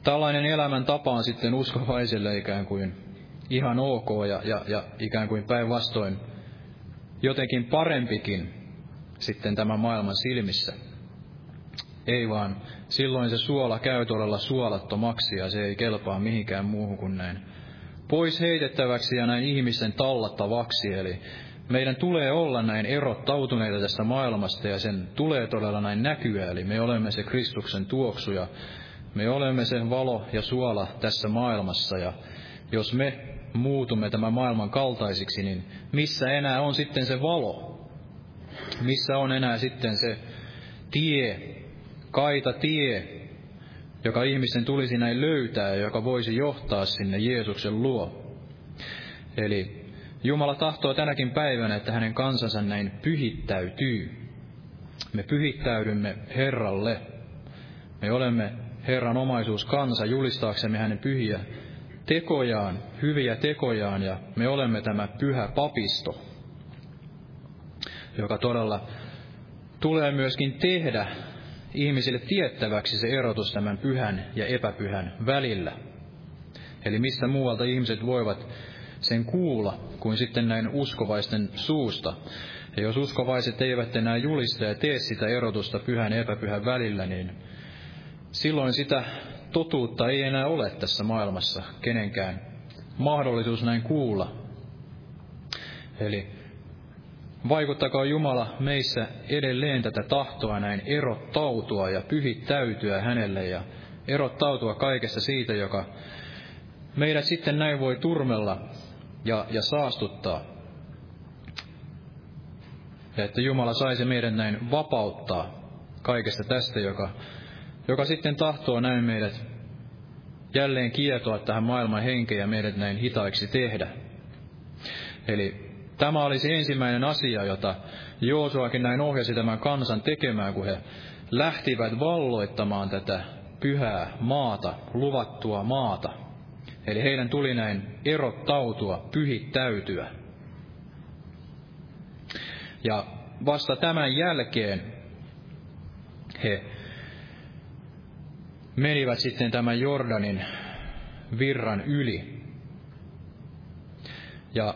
tällainen elämäntapa on sitten uskovaiselle ikään kuin ihan ok ja, ja, ja ikään kuin päinvastoin jotenkin parempikin sitten tämän maailman silmissä. Ei vaan, silloin se suola käy todella suolattomaksi ja se ei kelpaa mihinkään muuhun kuin näin pois heitettäväksi ja näin ihmisten tallattavaksi. Eli meidän tulee olla näin erottautuneita tästä maailmasta ja sen tulee todella näin näkyä. Eli me olemme se Kristuksen tuoksu ja me olemme se valo ja suola tässä maailmassa. Ja jos me muutumme tämän maailman kaltaisiksi, niin missä enää on sitten se valo? Missä on enää sitten se tie, kaita tie, joka ihmisten tulisi näin löytää ja joka voisi johtaa sinne Jeesuksen luo? Eli Jumala tahtoo tänäkin päivänä, että hänen kansansa näin pyhittäytyy. Me pyhittäydymme Herralle. Me olemme Herran omaisuuskansa julistaaksemme hänen pyhiä tekojaan, hyviä tekojaan, ja me olemme tämä pyhä papisto, joka todella tulee myöskin tehdä ihmisille tiettäväksi se erotus tämän pyhän ja epäpyhän välillä. Eli mistä muualta ihmiset voivat sen kuulla kuin sitten näin uskovaisten suusta. Ja jos uskovaiset eivät enää julista ja tee sitä erotusta pyhän ja epäpyhän välillä, niin silloin sitä totuutta ei enää ole tässä maailmassa kenenkään mahdollisuus näin kuulla. Eli vaikuttakaa Jumala meissä edelleen tätä tahtoa näin erottautua ja pyhittäytyä hänelle ja erottautua kaikesta siitä, joka meidät sitten näin voi turmella ja, ja saastuttaa. Ja että Jumala saisi meidät näin vapauttaa kaikesta tästä, joka, joka sitten tahtoo näin meidät jälleen kietoa tähän maailman henkeen ja meidät näin hitaiksi tehdä. Eli tämä oli se ensimmäinen asia, jota Joosuakin näin ohjasi tämän kansan tekemään, kun he lähtivät valloittamaan tätä pyhää maata, luvattua maata. Eli heidän tuli näin erottautua, pyhittäytyä. Ja vasta tämän jälkeen he menivät sitten tämän Jordanin virran yli. Ja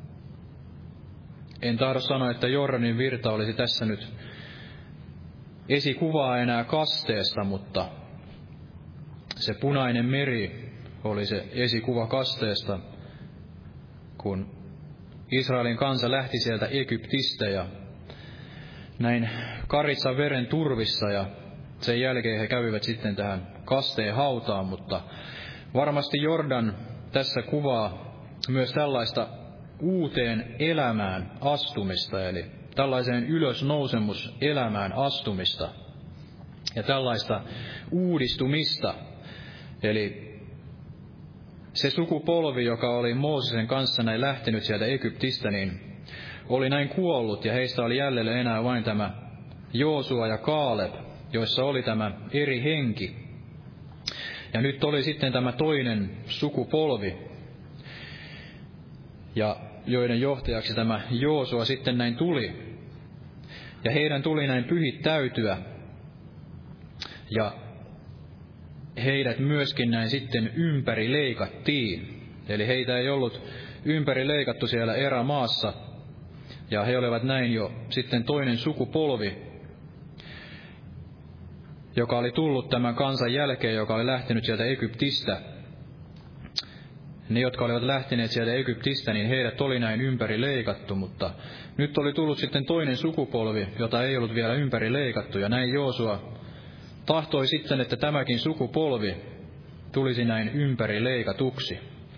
en tahdo sanoa, että Jordanin virta olisi tässä nyt esikuvaa enää kasteesta, mutta se punainen meri oli se esikuva kasteesta, kun Israelin kansa lähti sieltä Egyptistä ja näin Karitsan veren turvissa ja sen jälkeen he kävivät sitten tähän kasteen hautaan, mutta varmasti Jordan tässä kuvaa myös tällaista uuteen elämään astumista, eli tällaiseen ylösnousemuselämään astumista ja tällaista uudistumista. Eli se sukupolvi, joka oli Moosesen kanssa näin lähtenyt sieltä Egyptistä, niin oli näin kuollut ja heistä oli jäljellä enää vain tämä Joosua ja Kaaleb, joissa oli tämä eri henki. Ja nyt oli sitten tämä toinen sukupolvi, ja joiden johtajaksi tämä Joosua sitten näin tuli. Ja heidän tuli näin pyhittäytyä. Ja heidät myöskin näin sitten ympäri leikattiin. Eli heitä ei ollut ympäri leikattu siellä erämaassa. Ja he olivat näin jo sitten toinen sukupolvi, joka oli tullut tämän kansan jälkeen, joka oli lähtenyt sieltä Egyptistä. Ne, jotka olivat lähteneet sieltä Egyptistä, niin heidät oli näin ympäri leikattu, mutta nyt oli tullut sitten toinen sukupolvi, jota ei ollut vielä ympäri leikattu, ja näin Joosua tahtoi sitten, että tämäkin sukupolvi tulisi näin ympäri leikatuksi.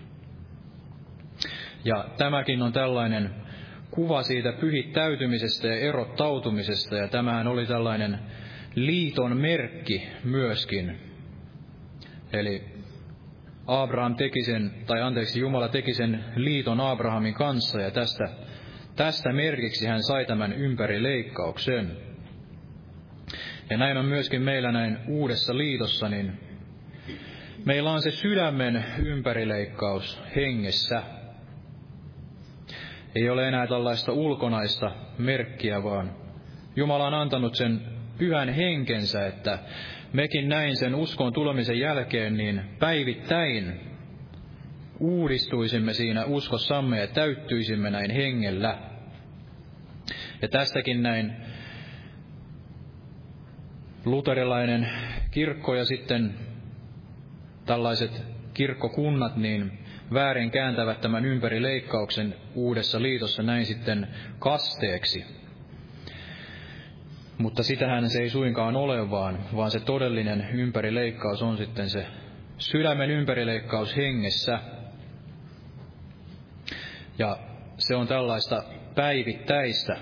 Ja tämäkin on tällainen kuva siitä pyhittäytymisestä ja erottautumisesta, ja tämähän oli tällainen liiton merkki myöskin. Eli Abraham teki sen, tai anteeksi, Jumala teki sen liiton Abrahamin kanssa, ja tästä, tästä merkiksi hän sai tämän ympärileikkauksen. Ja näin on myöskin meillä näin uudessa liitossa, niin meillä on se sydämen ympärileikkaus hengessä. Ei ole enää tällaista ulkonaista merkkiä, vaan Jumala on antanut sen pyhän henkensä, että mekin näin sen uskon tulemisen jälkeen, niin päivittäin uudistuisimme siinä uskossamme ja täyttyisimme näin hengellä. Ja tästäkin näin luterilainen kirkko ja sitten tällaiset kirkkokunnat niin väärin kääntävät tämän ympärileikkauksen uudessa liitossa näin sitten kasteeksi. Mutta sitähän se ei suinkaan ole, vaan, vaan se todellinen ympärileikkaus on sitten se sydämen ympärileikkaus hengessä. Ja se on tällaista päivittäistä.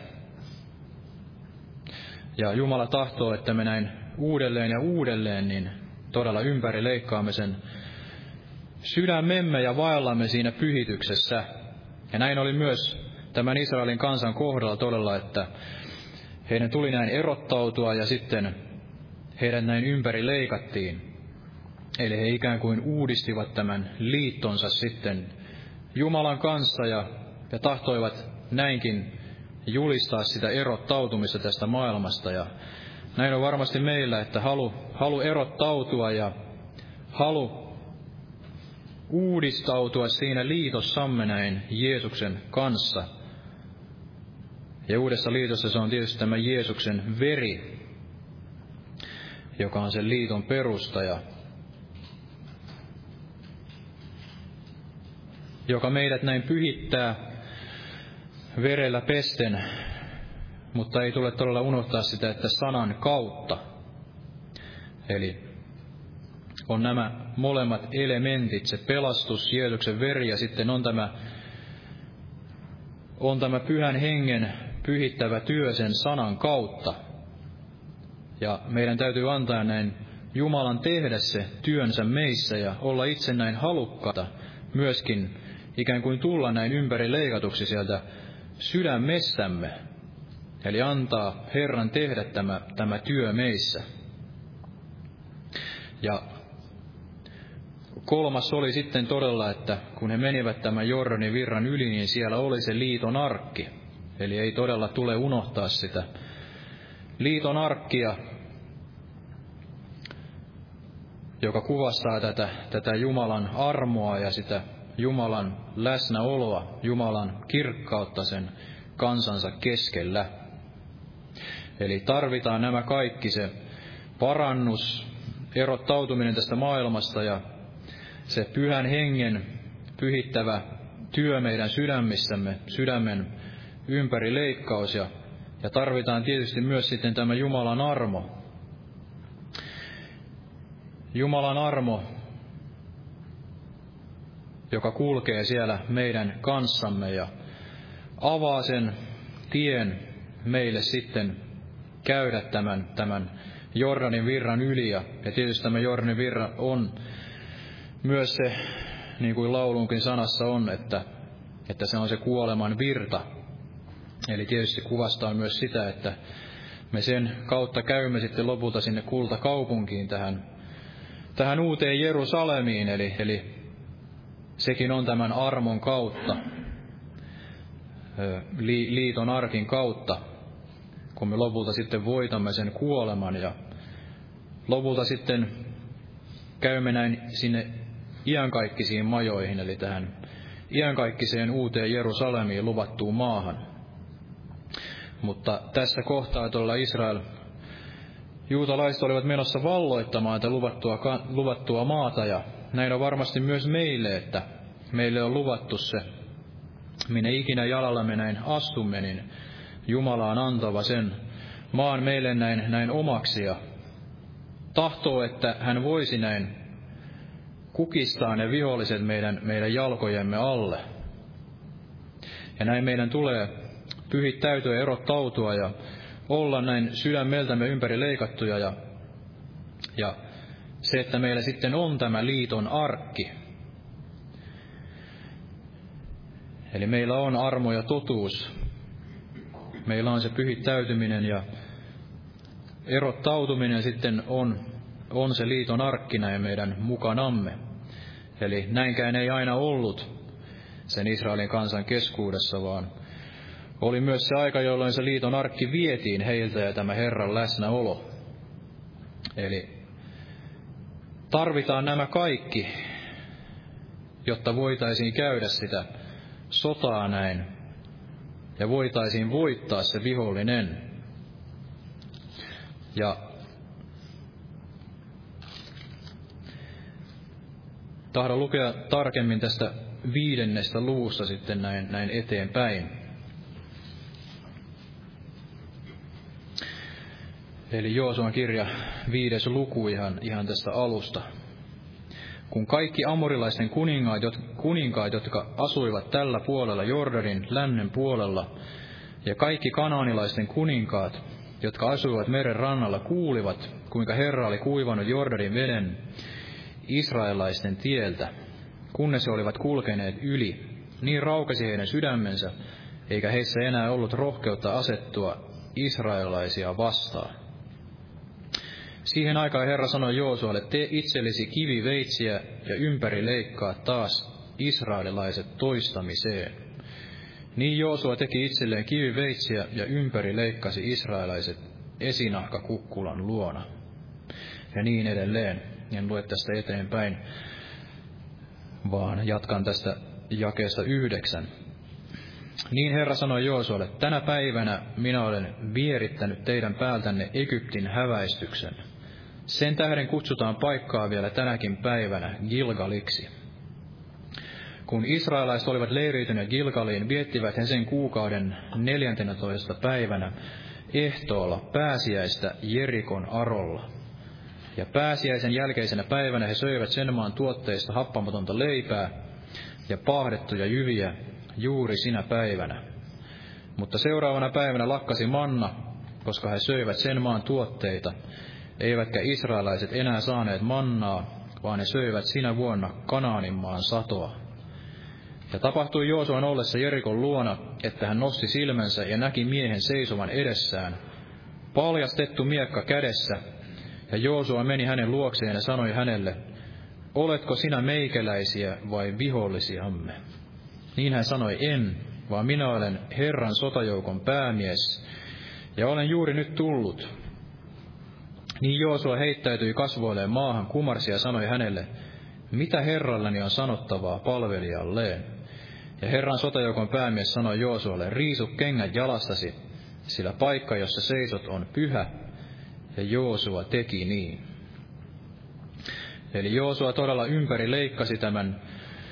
Ja Jumala tahtoo, että me näin uudelleen ja uudelleen niin todella ympärileikkaamme sen sydämemme ja vaellamme siinä pyhityksessä. Ja näin oli myös tämän Israelin kansan kohdalla todella, että heidän tuli näin erottautua ja sitten heidän näin ympäri leikattiin. Eli he ikään kuin uudistivat tämän liittonsa sitten Jumalan kanssa ja, ja tahtoivat näinkin julistaa sitä erottautumista tästä maailmasta. Ja näin on varmasti meillä, että halu, halu erottautua ja halu uudistautua siinä liitossamme näin Jeesuksen kanssa. Ja uudessa liitossa se on tietysti tämä Jeesuksen veri, joka on sen liiton perustaja, joka meidät näin pyhittää verellä pesten, mutta ei tule todella unohtaa sitä, että sanan kautta. Eli on nämä molemmat elementit, se pelastus, Jeesuksen veri ja sitten on tämä, on tämä pyhän hengen pyhittävä työ sen sanan kautta. Ja meidän täytyy antaa näin Jumalan tehdä se työnsä meissä ja olla itse näin halukkaita myöskin ikään kuin tulla näin ympäri leikatuksi sieltä sydämestämme. Eli antaa Herran tehdä tämä, tämä työ meissä. Ja kolmas oli sitten todella, että kun he menivät tämän Jordanin virran yli, niin siellä oli se liiton arkki. Eli ei todella tule unohtaa sitä liiton arkkia, joka kuvastaa tätä, tätä Jumalan armoa ja sitä Jumalan läsnäoloa, Jumalan kirkkautta sen kansansa keskellä. Eli tarvitaan nämä kaikki, se parannus, erottautuminen tästä maailmasta ja se pyhän hengen pyhittävä työ meidän sydämissämme, sydämen ympärileikkaus ja, ja tarvitaan tietysti myös sitten tämä Jumalan armo. Jumalan armo, joka kulkee siellä meidän kanssamme ja avaa sen tien meille sitten käydä tämän, tämän Jordanin virran yli. Ja, ja tietysti tämä Jordanin virra on myös se, niin kuin laulunkin sanassa on, että, että se on se kuoleman virta. Eli tietysti kuvastaa myös sitä, että me sen kautta käymme sitten lopulta sinne kultakaupunkiin, tähän, tähän uuteen Jerusalemiin. Eli, eli sekin on tämän armon kautta, liiton arkin kautta, kun me lopulta sitten voitamme sen kuoleman ja lopulta sitten käymme näin sinne iankaikkisiin majoihin, eli tähän iankaikkiseen uuteen Jerusalemiin luvattuun maahan. Mutta tässä kohtaa tuolla Israel, juutalaiset olivat menossa valloittamaan tätä luvattua, luvattua maata, ja näin on varmasti myös meille, että meille on luvattu se, minne ikinä jalallamme näin astumme, niin Jumala on antava sen maan meille näin, näin omaksi, ja tahtoo, että hän voisi näin kukistaa ne viholliset meidän, meidän jalkojemme alle. Ja näin meidän tulee pyhittäytyä ja erottautua ja olla näin sydämeltämme ympäri leikattuja. Ja, ja se, että meillä sitten on tämä liiton arkki. Eli meillä on armo ja totuus. Meillä on se pyhittäytyminen ja erottautuminen sitten on, on se liiton arkki näin meidän mukanamme. Eli näinkään ei aina ollut sen Israelin kansan keskuudessa, vaan, oli myös se aika, jolloin se liiton arkki vietiin heiltä ja tämä Herran läsnäolo. Eli tarvitaan nämä kaikki, jotta voitaisiin käydä sitä sotaa näin ja voitaisiin voittaa se vihollinen. Ja tahdon lukea tarkemmin tästä viidennestä luvusta sitten näin, näin eteenpäin. Eli Joosuan kirja viides luku ihan, ihan tästä alusta. Kun kaikki amorilaisten kuninkaat, kuninkaat, jotka asuivat tällä puolella Jordanin lännen puolella, ja kaikki kanaanilaisten kuninkaat, jotka asuivat meren rannalla, kuulivat, kuinka Herra oli kuivannut Jordanin veden israelaisten tieltä, kunnes he olivat kulkeneet yli, niin raukesi heidän sydämensä, eikä heissä enää ollut rohkeutta asettua israelaisia vastaan. Siihen aikaan Herra sanoi Joosualle, tee itsellesi kiviveitsiä ja ympäri leikkaa taas israelilaiset toistamiseen. Niin Joosua teki itselleen kiviveitsiä ja ympäri leikkasi israelaiset esinahkakukkulan luona. Ja niin edelleen. En lue tästä eteenpäin, vaan jatkan tästä jakeesta yhdeksän. Niin Herra sanoi Joosualle, tänä päivänä minä olen vierittänyt teidän päältänne Egyptin häväistyksen. Sen tähden kutsutaan paikkaa vielä tänäkin päivänä Gilgaliksi. Kun israelaiset olivat leiriytyneet Gilgaliin, viettivät he sen kuukauden neljäntenätoista päivänä ehtoolla pääsiäistä Jerikon arolla. Ja pääsiäisen jälkeisenä päivänä he söivät sen maan tuotteista happamatonta leipää ja paahdettuja jyviä juuri sinä päivänä. Mutta seuraavana päivänä lakkasi manna, koska he söivät sen maan tuotteita, eivätkä israelaiset enää saaneet mannaa, vaan he söivät sinä vuonna Kanaanin maan satoa. Ja tapahtui Joosuan ollessa Jerikon luona, että hän nosti silmänsä ja näki miehen seisovan edessään, paljastettu miekka kädessä, ja Joosua meni hänen luokseen ja sanoi hänelle, oletko sinä meikäläisiä vai vihollisiamme? Niin hän sanoi, en, vaan minä olen Herran sotajoukon päämies, ja olen juuri nyt tullut. Niin Joosua heittäytyi kasvoilleen maahan, kumarsi ja sanoi hänelle, mitä Herrallani on sanottavaa palvelijalleen? Ja Herran sotajoukon päämies sanoi Joosualle, riisu kengät jalastasi, sillä paikka, jossa seisot, on pyhä. Ja Joosua teki niin. Eli Joosua todella ympäri leikkasi tämän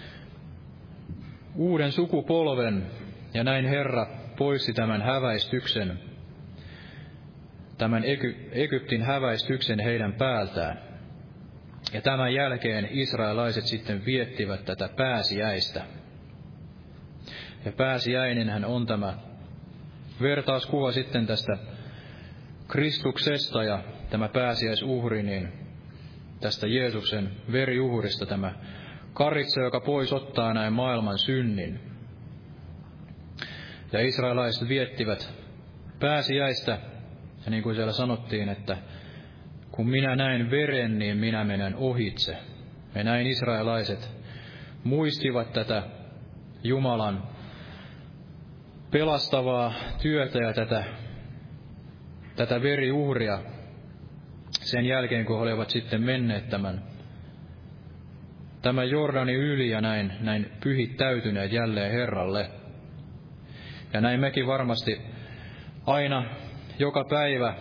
uuden sukupolven, ja näin Herra poisti tämän häväistyksen, tämän Egy- Egyptin häväistyksen heidän päältään. Ja tämän jälkeen israelaiset sitten viettivät tätä pääsiäistä. Ja pääsiäinenhän on tämä vertauskuva sitten tästä Kristuksesta, ja tämä pääsiäisuhri, niin tästä Jeesuksen veriuhrista tämä karitsa, joka pois ottaa näin maailman synnin. Ja israelaiset viettivät pääsiäistä, ja niin kuin siellä sanottiin, että kun minä näin veren, niin minä menen ohitse. Ja näin israelaiset muistivat tätä Jumalan pelastavaa työtä ja tätä, tätä veriuhria sen jälkeen, kun he olivat sitten menneet tämän, tämän Jordanin yli ja näin, näin pyhittäytyneet jälleen Herralle. Ja näin mekin varmasti aina, joka päivä,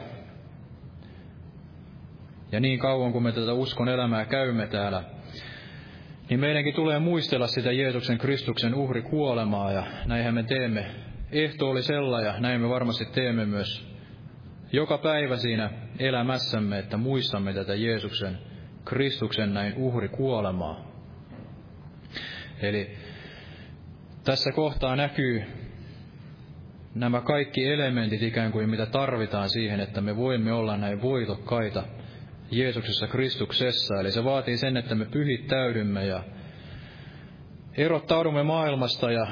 ja niin kauan kuin me tätä uskon elämää käymme täällä, niin meidänkin tulee muistella sitä Jeesuksen Kristuksen uhri kuolemaa, ja näinhän me teemme ehtoollisella, ja näin me varmasti teemme myös joka päivä siinä elämässämme, että muistamme tätä Jeesuksen Kristuksen näin uhri kuolemaa. Eli tässä kohtaa näkyy nämä kaikki elementit ikään kuin mitä tarvitaan siihen, että me voimme olla näin voitokkaita Jeesuksessa Kristuksessa. Eli se vaatii sen, että me pyhittäydymme ja erottaudumme maailmasta ja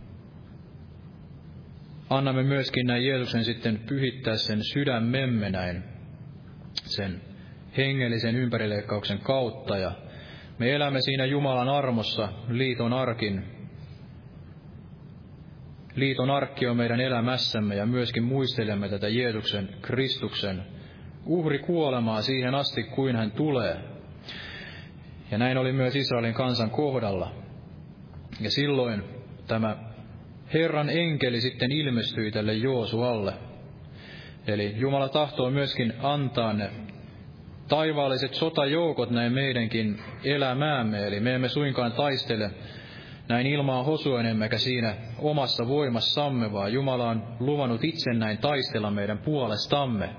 annamme myöskin näin Jeesuksen sitten pyhittää sen sydämemme näin sen hengellisen ympärileikkauksen kautta. Ja me elämme siinä Jumalan armossa liiton arkin liiton arkki on meidän elämässämme ja myöskin muistelemme tätä Jeesuksen Kristuksen uhri kuolemaa siihen asti, kuin hän tulee. Ja näin oli myös Israelin kansan kohdalla. Ja silloin tämä Herran enkeli sitten ilmestyi tälle Joosualle. Eli Jumala tahtoo myöskin antaa ne taivaalliset sotajoukot näin meidänkin elämäämme. Eli me emme suinkaan taistele näin ilmaan hosuen emmekä siinä omassa voimassamme, vaan Jumala on luvannut itse näin taistella meidän puolestamme.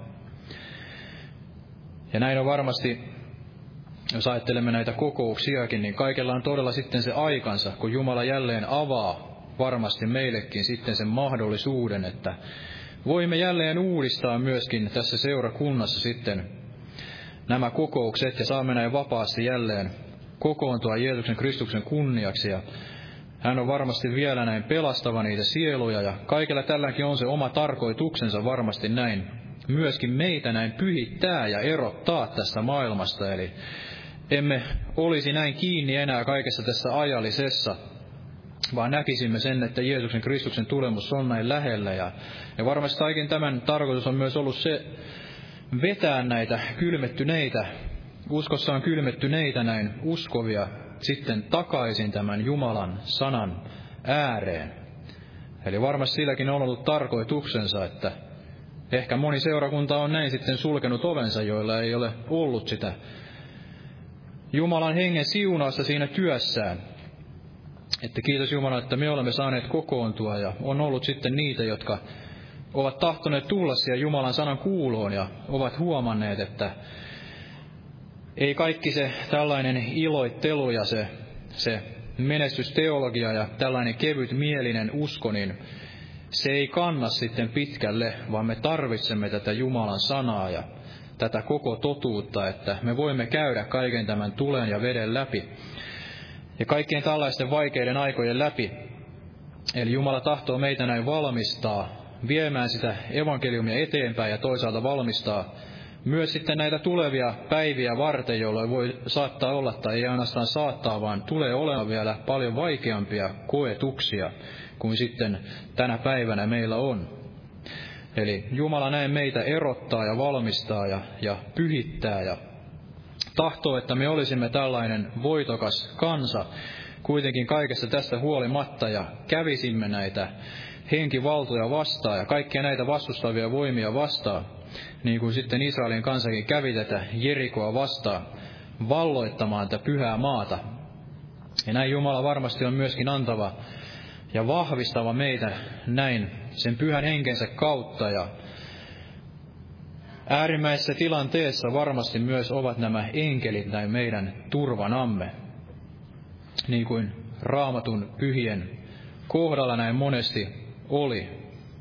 Ja näin on varmasti, jos ajattelemme näitä kokouksiakin, niin kaikella on todella sitten se aikansa, kun Jumala jälleen avaa varmasti meillekin sitten sen mahdollisuuden, että voimme jälleen uudistaa myöskin tässä seurakunnassa sitten nämä kokoukset ja saamme näin vapaasti jälleen kokoontua Jeesuksen Kristuksen kunniaksi. Ja hän on varmasti vielä näin pelastava niitä sieluja ja kaikella tälläkin on se oma tarkoituksensa varmasti näin myöskin meitä näin pyhittää ja erottaa tästä maailmasta. Eli emme olisi näin kiinni enää kaikessa tässä ajallisessa, vaan näkisimme sen, että Jeesuksen Kristuksen tulemus on näin lähellä. Ja, ja varmasti kaiken tämän tarkoitus on myös ollut se vetää näitä kylmettyneitä, uskossaan kylmettyneitä näin uskovia sitten takaisin tämän Jumalan sanan ääreen. Eli varmasti silläkin on ollut tarkoituksensa, että ehkä moni seurakunta on näin sitten sulkenut ovensa, joilla ei ole ollut sitä Jumalan hengen siunausta siinä työssään. Että kiitos Jumala, että me olemme saaneet kokoontua ja on ollut sitten niitä, jotka ovat tahtoneet tulla siihen Jumalan sanan kuuloon ja ovat huomanneet, että ei kaikki se tällainen iloittelu ja se, se menestysteologia ja tällainen kevyt mielinen usko, niin se ei kanna sitten pitkälle, vaan me tarvitsemme tätä Jumalan sanaa ja tätä koko totuutta, että me voimme käydä kaiken tämän tulen ja veden läpi ja kaikkien tällaisten vaikeiden aikojen läpi. Eli Jumala tahtoo meitä näin valmistaa, viemään sitä evankeliumia eteenpäin ja toisaalta valmistaa myös sitten näitä tulevia päiviä varten, jolloin voi saattaa olla, tai ei ainoastaan saattaa, vaan tulee olemaan vielä paljon vaikeampia koetuksia kuin sitten tänä päivänä meillä on. Eli Jumala näin meitä erottaa ja valmistaa ja, ja pyhittää ja tahtoo, että me olisimme tällainen voitokas kansa kuitenkin kaikesta tästä huolimatta ja kävisimme näitä henkivaltoja vastaan ja kaikkia näitä vastustavia voimia vastaan, niin kuin sitten Israelin kansakin kävi tätä Jerikoa vastaan valloittamaan tätä pyhää maata. Ja näin Jumala varmasti on myöskin antava ja vahvistava meitä näin sen pyhän henkensä kautta. Ja äärimmäisessä tilanteessa varmasti myös ovat nämä enkelit näin meidän turvanamme, niin kuin Raamatun pyhien kohdalla näin monesti oli.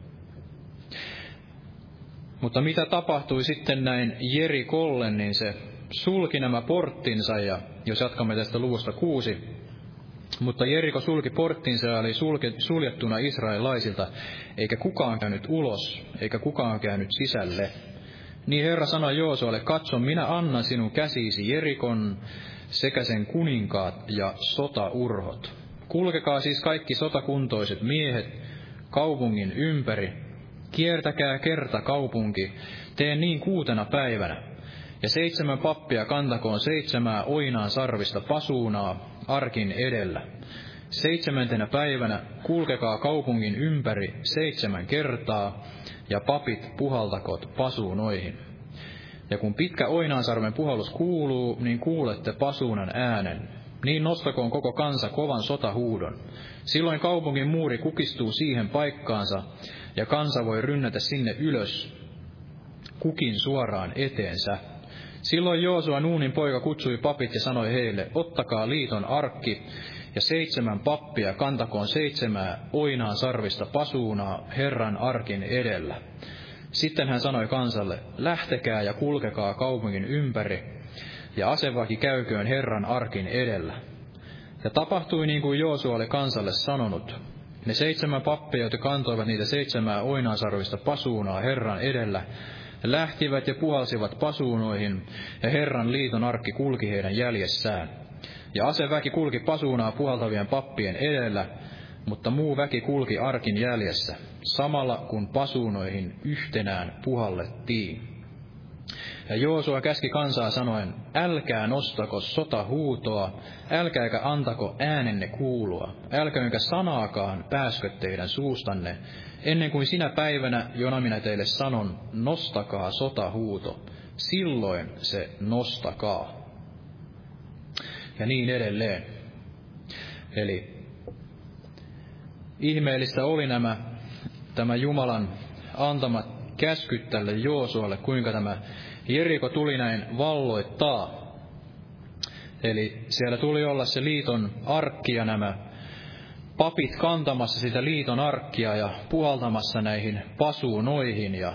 Mutta mitä tapahtui sitten näin Jerikolle, niin se sulki nämä porttinsa, ja jos jatkamme tästä luvusta kuusi, mutta Jeriko sulki porttinsa ja oli suljettuna israelilaisilta, eikä kukaan käynyt ulos, eikä kukaan käynyt sisälle. Niin Herra sanoi Joosualle, katso, minä annan sinun käsiisi Jerikon sekä sen kuninkaat ja sotaurhot. Kulkekaa siis kaikki sotakuntoiset miehet kaupungin ympäri. Kiertäkää kerta kaupunki, teen niin kuutena päivänä. Ja seitsemän pappia kantakoon seitsemää oinaan sarvista pasuunaa arkin edellä. Seitsemäntenä päivänä kulkekaa kaupungin ympäri seitsemän kertaa, ja papit puhaltakot pasuunoihin. Ja kun pitkä oinaansarven puhallus kuuluu, niin kuulette pasuunan äänen. Niin nostakoon koko kansa kovan sotahuudon. Silloin kaupungin muuri kukistuu siihen paikkaansa, ja kansa voi rynnätä sinne ylös, kukin suoraan eteensä. Silloin Joosua, Nuunin poika, kutsui papit ja sanoi heille, ottakaa liiton arkki, ja seitsemän pappia kantakoon seitsemää oinaan sarvista pasuunaa Herran arkin edellä. Sitten hän sanoi kansalle, lähtekää ja kulkekaa kaupungin ympäri, ja aseväki käyköön Herran arkin edellä. Ja tapahtui niin kuin Joosua oli kansalle sanonut. Ne seitsemän pappia, jotka kantoivat niitä seitsemää oinaansarvista pasuunaa Herran edellä, lähtivät ja puhalsivat pasuunoihin, ja Herran liiton arkki kulki heidän jäljessään. Ja aseväki kulki pasuunaa puhaltavien pappien edellä, mutta muu väki kulki arkin jäljessä, samalla kun pasuunoihin yhtenään puhallettiin. Ja Joosua käski kansaa sanoen, älkää nostako sotahuutoa, älkääkä antako äänenne kuulua, älkääkä sanaakaan pääskö teidän suustanne, ennen kuin sinä päivänä, jona minä teille sanon, nostakaa sotahuuto, silloin se nostakaa. Ja niin edelleen. Eli ihmeellistä oli nämä, tämä Jumalan antamat käskyt tälle Joosualle, kuinka tämä Jeriko tuli näin valloittaa. Eli siellä tuli olla se liiton arkki ja nämä papit kantamassa sitä liiton arkkia ja puhaltamassa näihin pasuunoihin. Ja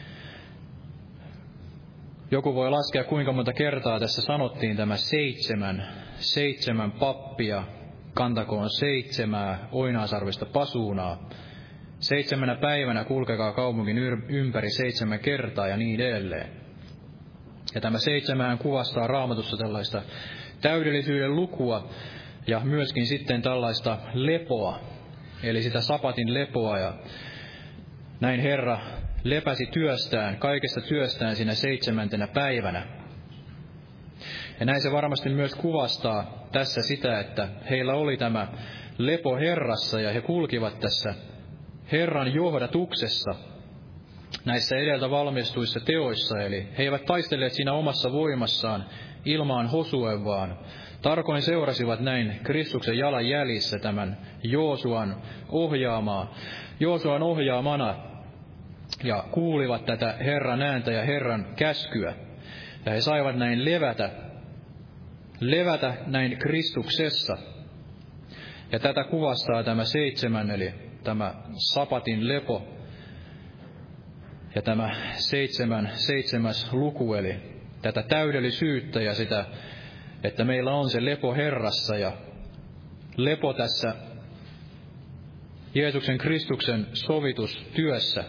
joku voi laskea, kuinka monta kertaa tässä sanottiin tämä seitsemän, seitsemän pappia, kantakoon seitsemää oinaasarvista pasuunaa. Seitsemänä päivänä kulkekaa kaupungin ympäri seitsemän kertaa ja niin edelleen. Ja tämä seitsemään kuvastaa Raamatussa tällaista täydellisyyden lukua ja myöskin sitten tällaista lepoa, eli sitä sapatin lepoa. Ja näin Herra lepäsi työstään, kaikesta työstään siinä seitsemäntenä päivänä. Ja näin se varmasti myös kuvastaa tässä sitä, että heillä oli tämä lepo Herrassa ja he kulkivat tässä Herran johdatuksessa näissä edeltä valmistuissa teoissa, eli he eivät taistelleet siinä omassa voimassaan ilmaan hosuen, vaan tarkoin seurasivat näin Kristuksen jalanjäljissä tämän Joosuan ohjaamaa, Joosuan ohjaamana ja kuulivat tätä Herran ääntä ja Herran käskyä. Ja he saivat näin levätä, levätä näin Kristuksessa. Ja tätä kuvastaa tämä seitsemän, eli tämä sapatin lepo ja tämä seitsemän, seitsemäs luku, eli tätä täydellisyyttä ja sitä, että meillä on se lepo Herrassa ja lepo tässä Jeesuksen Kristuksen sovitustyössä.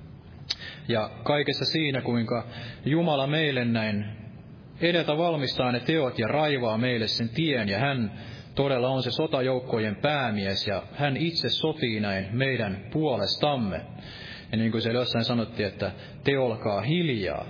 Ja kaikessa siinä, kuinka Jumala meille näin edeltä valmistaa ne teot ja raivaa meille sen tien, ja hän todella on se sotajoukkojen päämies, ja hän itse sotii näin meidän puolestamme. Ja niin kuin siellä jossain sanottiin, että te olkaa hiljaa.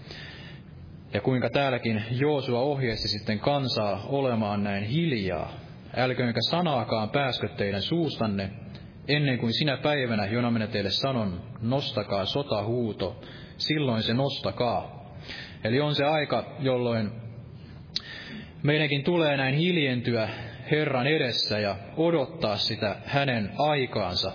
Ja kuinka täälläkin Joosua ohjeisti sitten kansaa olemaan näin hiljaa. Älköönkä sanaakaan pääskö teidän suustanne, ennen kuin sinä päivänä, jona minä teille sanon, nostakaa sotahuuto, silloin se nostakaa. Eli on se aika, jolloin meidänkin tulee näin hiljentyä Herran edessä ja odottaa sitä hänen aikaansa.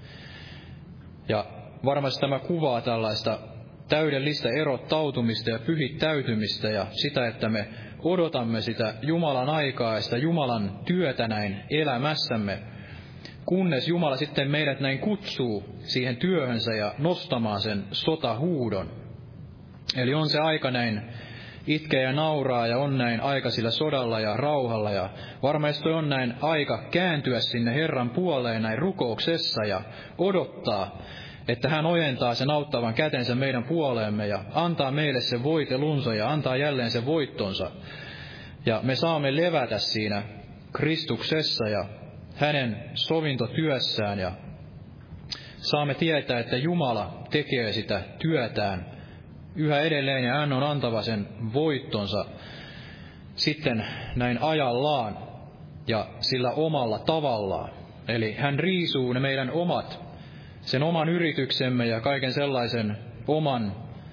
Ja varmasti tämä kuvaa tällaista täydellistä erottautumista ja pyhittäytymistä ja sitä, että me odotamme sitä Jumalan aikaa ja sitä Jumalan työtä näin elämässämme, kunnes Jumala sitten meidät näin kutsuu siihen työhönsä ja nostamaan sen sotahuudon. Eli on se aika näin itkeä ja nauraa ja on näin aika sillä sodalla ja rauhalla ja varmasti on näin aika kääntyä sinne Herran puoleen näin rukouksessa ja odottaa, että hän ojentaa sen auttavan kätensä meidän puoleemme ja antaa meille sen voitelunsa ja antaa jälleen sen voittonsa. Ja me saamme levätä siinä Kristuksessa ja hänen sovintotyössään ja saamme tietää, että Jumala tekee sitä työtään yhä edelleen ja hän on antava sen voittonsa sitten näin ajallaan ja sillä omalla tavallaan. Eli hän riisuu ne meidän omat, sen oman yrityksemme ja kaiken sellaisen oman,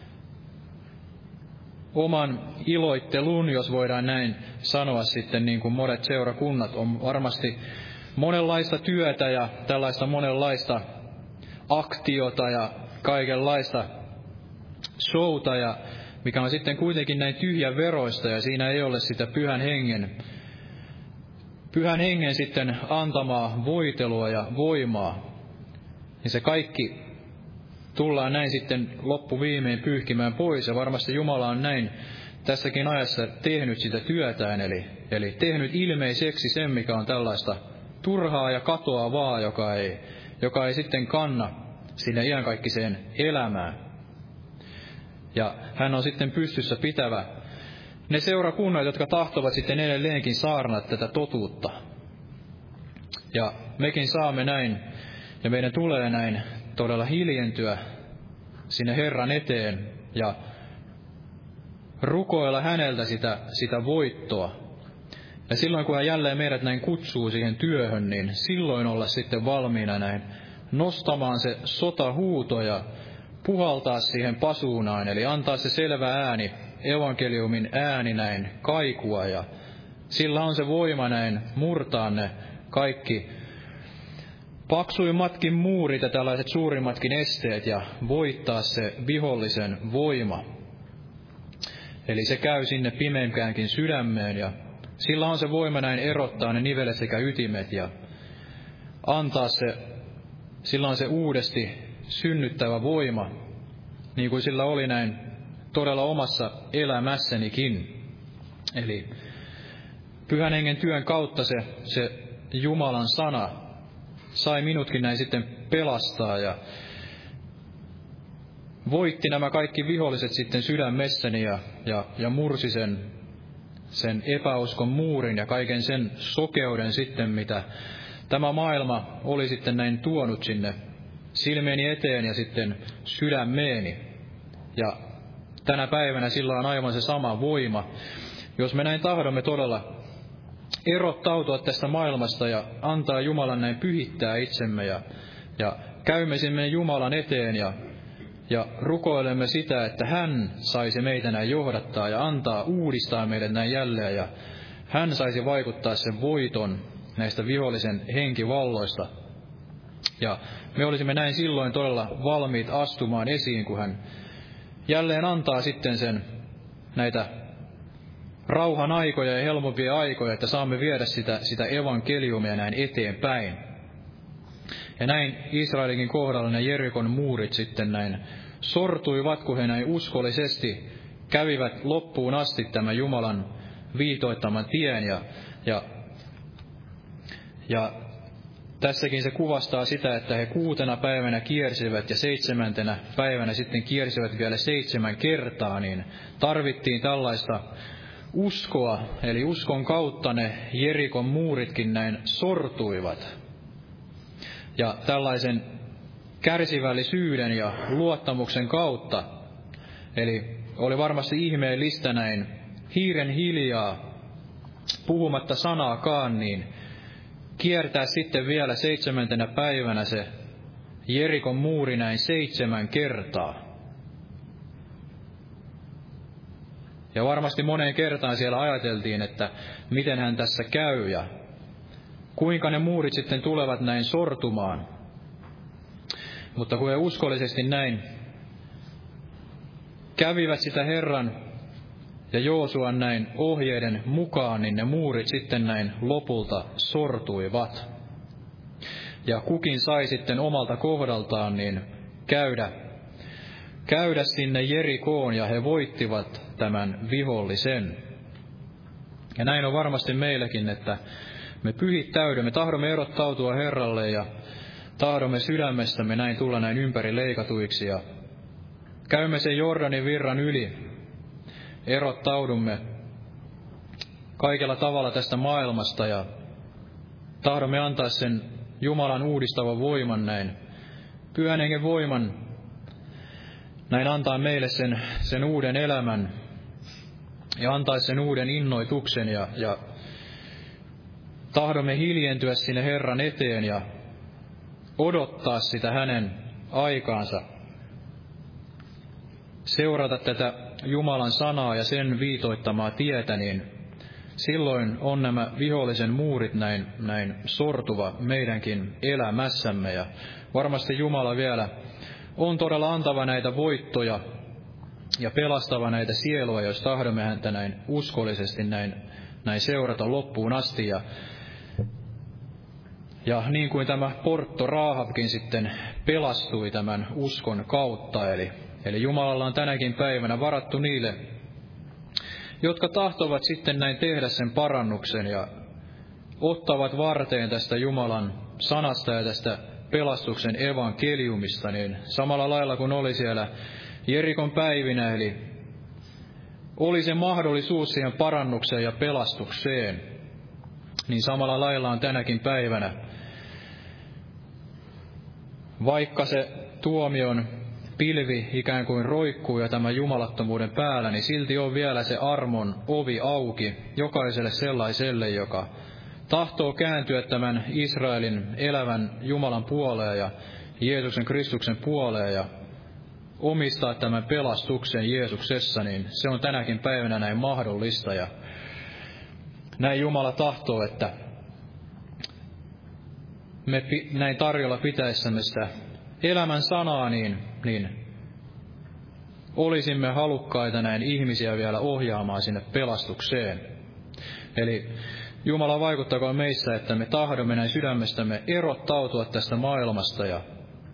oman iloittelun, jos voidaan näin sanoa sitten, niin kuin monet seurakunnat on varmasti monenlaista työtä ja tällaista monenlaista aktiota ja kaikenlaista showta, ja mikä on sitten kuitenkin näin tyhjän veroista ja siinä ei ole sitä pyhän hengen, pyhän hengen sitten antamaa voitelua ja voimaa. Niin se kaikki tullaan näin sitten loppuviimein pyyhkimään pois ja varmasti Jumala on näin tässäkin ajassa tehnyt sitä työtään, eli, eli tehnyt ilmeiseksi sen, mikä on tällaista turhaa ja katoavaa, joka ei, joka ei sitten kanna sinne iankaikkiseen elämään. Ja hän on sitten pystyssä pitävä ne seurakunnat, jotka tahtovat sitten edelleenkin saarnata tätä totuutta. Ja mekin saamme näin, ja meidän tulee näin todella hiljentyä sinne Herran eteen ja rukoilla häneltä sitä, sitä voittoa. Ja silloin kun hän jälleen meidät näin kutsuu siihen työhön, niin silloin olla sitten valmiina näin nostamaan se sotahuuto ja puhaltaa siihen pasuunaan, eli antaa se selvä ääni, evankeliumin ääni näin kaikua, ja sillä on se voima näin murtaa ne kaikki paksuimmatkin muurit ja tällaiset suurimmatkin esteet ja voittaa se vihollisen voima. Eli se käy sinne pimeimpäänkin sydämeen ja sillä on se voima näin erottaa ne nivelet sekä ytimet ja antaa se, sillä on se uudesti synnyttävä voima, niin kuin sillä oli näin todella omassa elämässänikin. Eli Pyhän Hengen työn kautta se, se Jumalan sana sai minutkin näin sitten pelastaa ja voitti nämä kaikki viholliset sitten sydämessäni ja, ja, ja mursi sen, sen epäuskon muurin ja kaiken sen sokeuden sitten, mitä tämä maailma oli sitten näin tuonut sinne silmieni eteen ja sitten sydämeeni. Ja tänä päivänä sillä on aivan se sama voima. Jos me näin tahdomme todella erottautua tästä maailmasta ja antaa Jumalan näin pyhittää itsemme ja, ja käymme sinne Jumalan eteen ja, ja rukoilemme sitä, että hän saisi meitä näin johdattaa ja antaa uudistaa meidät näin jälleen ja hän saisi vaikuttaa sen voiton näistä vihollisen henkivalloista. Ja me olisimme näin silloin todella valmiit astumaan esiin, kun hän jälleen antaa sitten sen näitä rauhan aikoja ja helpompia aikoja, että saamme viedä sitä, sitä evankeliumia näin eteenpäin. Ja näin Israelinkin kohdalla ne Jerikon muurit sitten näin sortuivat, kun he näin uskollisesti kävivät loppuun asti tämän Jumalan viitoittaman tien. Ja, ja, ja tässäkin se kuvastaa sitä, että he kuutena päivänä kiersivät ja seitsemäntenä päivänä sitten kiersivät vielä seitsemän kertaa, niin tarvittiin tällaista uskoa, eli uskon kautta ne Jerikon muuritkin näin sortuivat. Ja tällaisen kärsivällisyyden ja luottamuksen kautta, eli oli varmasti ihmeellistä näin hiiren hiljaa, puhumatta sanaakaan, niin kiertää sitten vielä seitsemäntenä päivänä se Jerikon muuri näin seitsemän kertaa. Ja varmasti moneen kertaan siellä ajateltiin, että miten hän tässä käy ja kuinka ne muurit sitten tulevat näin sortumaan. Mutta kun he uskollisesti näin kävivät sitä Herran ja Joosuan näin ohjeiden mukaan, niin ne muurit sitten näin lopulta sortuivat. Ja kukin sai sitten omalta kohdaltaan niin käydä, käydä sinne Jerikoon ja he voittivat tämän vihollisen. Ja näin on varmasti meilläkin, että me pyhittäydymme, tahdomme erottautua Herralle ja tahdomme sydämestämme näin tulla näin ympäri leikatuiksi ja käymme sen Jordanin virran yli, erottaudumme kaikella tavalla tästä maailmasta ja tahdomme antaa sen Jumalan uudistavan voiman näin, Pyhän Hengen voiman, näin antaa meille sen, sen uuden elämän ja antaa sen uuden innoituksen ja, ja tahdomme hiljentyä sinne Herran eteen ja odottaa sitä hänen aikaansa. Seurata tätä Jumalan sanaa ja sen viitoittamaa tietä, niin silloin on nämä vihollisen muurit näin, näin sortuva meidänkin elämässämme. Ja varmasti Jumala vielä on todella antava näitä voittoja ja pelastava näitä sieluja, jos tahdomme häntä näin uskollisesti näin, näin seurata loppuun asti. Ja, ja niin kuin tämä Portto Raahabkin sitten pelastui tämän uskon kautta, eli, eli Jumalalla on tänäkin päivänä varattu niille, jotka tahtovat sitten näin tehdä sen parannuksen ja ottavat varteen tästä Jumalan sanasta ja tästä pelastuksen evankeliumista, niin samalla lailla kuin oli siellä Jerikon päivinä, eli oli se mahdollisuus siihen parannukseen ja pelastukseen, niin samalla lailla on tänäkin päivänä vaikka se tuomion pilvi ikään kuin roikkuu ja tämän jumalattomuuden päällä, niin silti on vielä se armon ovi auki jokaiselle sellaiselle, joka tahtoo kääntyä tämän Israelin elävän Jumalan puoleen ja Jeesuksen Kristuksen puoleen ja omistaa tämän pelastuksen Jeesuksessa, niin se on tänäkin päivänä näin mahdollista. Ja näin Jumala tahtoo, että me näin tarjolla pitäessämme sitä elämän sanaa, niin, niin olisimme halukkaita näin ihmisiä vielä ohjaamaan sinne pelastukseen. Eli Jumala vaikuttakoon meissä, että me tahdomme näin sydämestämme erottautua tästä maailmasta ja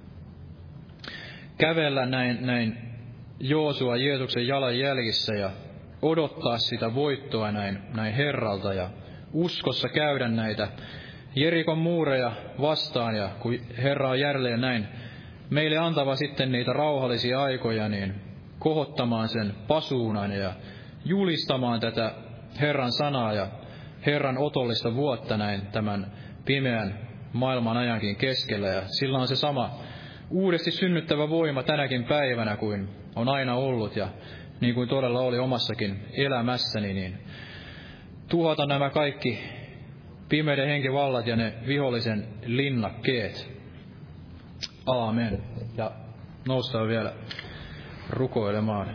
kävellä näin, näin Joosua Jeesuksen jalanjäljissä ja odottaa sitä voittoa näin, näin Herralta ja uskossa käydä näitä Jerikon muureja vastaan, ja kun Herra on jälleen näin meille antava sitten niitä rauhallisia aikoja, niin kohottamaan sen pasuunan ja julistamaan tätä Herran sanaa ja Herran otollista vuotta näin tämän pimeän maailman ajankin keskellä. Ja sillä on se sama uudesti synnyttävä voima tänäkin päivänä kuin on aina ollut ja niin kuin todella oli omassakin elämässäni, niin tuhota nämä kaikki pimeyden henkivallat ja ne vihollisen linnakkeet. Aamen. Ja noustaan vielä rukoilemaan.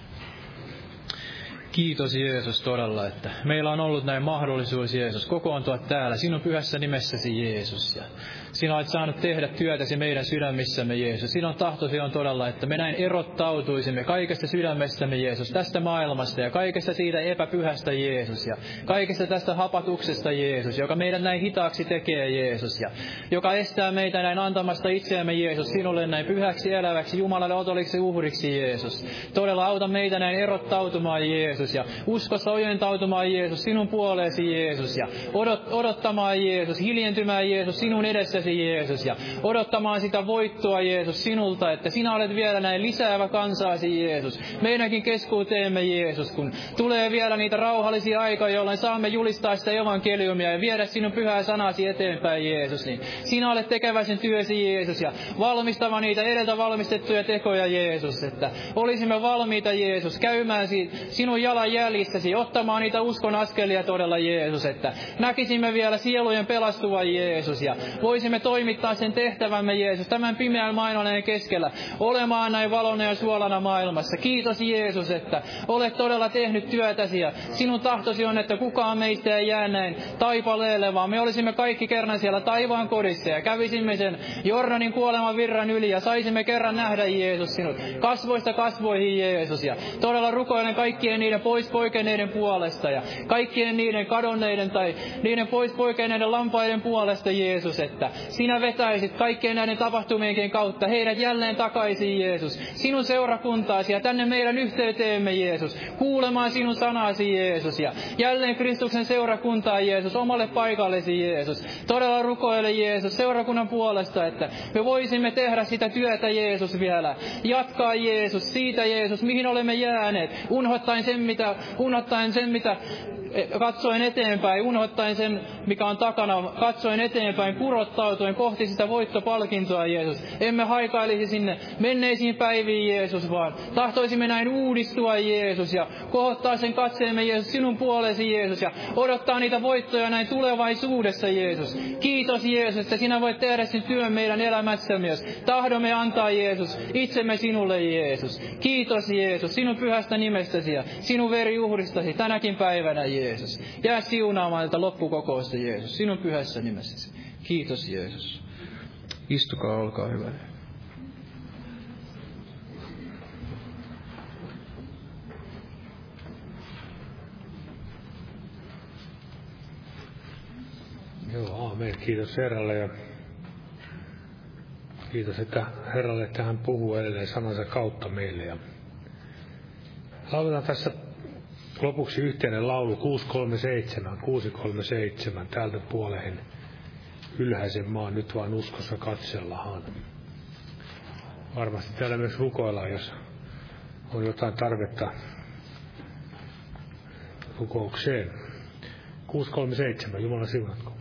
Kiitos Jeesus todella, että meillä on ollut näin mahdollisuus, Jeesus, kokoontua täällä sinun pyhässä nimessäsi, Jeesus. Ja sinä olet saanut tehdä työtäsi meidän sydämissämme, Jeesus. Sinun tahtosi on todella, että me näin erottautuisimme kaikesta sydämestämme, Jeesus, tästä maailmasta ja kaikesta siitä epäpyhästä, Jeesus. Ja kaikesta tästä hapatuksesta, Jeesus, joka meidän näin hitaaksi tekee, Jeesus. Ja joka estää meitä näin antamasta itseämme, Jeesus, sinulle näin pyhäksi eläväksi, Jumalalle otolliksi uhriksi, Jeesus. Todella auta meitä näin erottautumaan, Jeesus. Ja uskossa ojentautumaan, Jeesus, sinun puoleesi, Jeesus. Ja odot, odottamaan, Jeesus, hiljentymään, Jeesus, sinun edessäsi, Jeesus, ja odottamaan sitä voittoa, Jeesus, sinulta, että sinä olet vielä näin lisäävä kansaasi, Jeesus. Meidänkin keskuuteemme, Jeesus, kun tulee vielä niitä rauhallisia aikoja, jolloin saamme julistaa sitä evankeliumia ja viedä sinun pyhää sanasi eteenpäin, Jeesus, niin sinä olet tekevä sen työsi, Jeesus, ja valmistava niitä edeltä valmistettuja tekoja, Jeesus, että olisimme valmiita, Jeesus, käymään sinun jalanjäljistäsi, ottamaan niitä uskon askelia todella, Jeesus, että näkisimme vielä sielujen pelastuvan, Jeesus, ja voisimme toimittaa sen tehtävämme, Jeesus, tämän pimeän maailman keskellä, olemaan näin valona ja suolana maailmassa. Kiitos, Jeesus, että olet todella tehnyt työtäsi ja sinun tahtosi on, että kukaan meistä ei jää näin taipaleelle, vaan me olisimme kaikki kerran siellä taivaan kodissa ja kävisimme sen Jordanin kuoleman virran yli ja saisimme kerran nähdä, Jeesus, sinut kasvoista kasvoihin, Jeesus, ja todella rukoilen kaikkien niiden pois poikeneiden puolesta ja kaikkien niiden kadonneiden tai niiden pois poikeneiden lampaiden puolesta, Jeesus, että sinä vetäisit kaikkien näiden tapahtumienkin kautta heidät jälleen takaisin, Jeesus, sinun seurakuntaasi ja tänne meidän yhteyteemme, Jeesus, kuulemaan sinun sanasi, Jeesus, ja jälleen Kristuksen seurakuntaan, Jeesus, omalle paikallesi, Jeesus. Todella rukoile, Jeesus, seurakunnan puolesta, että me voisimme tehdä sitä työtä, Jeesus, vielä. Jatkaa, Jeesus, siitä, Jeesus, mihin olemme jääneet, unohtaen sen, mitä, unohtaen sen, mitä katsoen eteenpäin, unohtaen sen, mikä on takana, katsoen eteenpäin, kurottautuen kohti sitä voittopalkintoa, Jeesus. Emme haikailisi sinne menneisiin päiviin, Jeesus, vaan tahtoisimme näin uudistua, Jeesus, ja kohottaa sen katseemme, Jeesus, sinun puolesi, Jeesus, ja odottaa niitä voittoja näin tulevaisuudessa, Jeesus. Kiitos, Jeesus, että sinä voit tehdä sen työn meidän elämässämme, jos tahdomme antaa, Jeesus, itsemme sinulle, Jeesus. Kiitos, Jeesus, sinun pyhästä nimestäsi ja sinun veriuhristasi tänäkin päivänä, Jeesus. Jää siunaamaan tätä loppukokousta, Jeesus, sinun pyhässä nimessäsi. Kiitos, Jeesus. Istukaa, olkaa hyvä. Joo, aamen. Kiitos Herralle ja kiitos, että Herralle, että hän puhuu edelleen sanansa kautta meille. Ja lauletaan tässä lopuksi yhteinen laulu kuusi kolme seitsemän, kuusi kolme seitsemän, täältä puoleen ylhäisen maan, nyt vaan uskossa katsellahan. Varmasti täällä myös rukoillaan, jos on jotain tarvetta rukoukseen. kuusi kolme seitsemän, Jumala siunatko.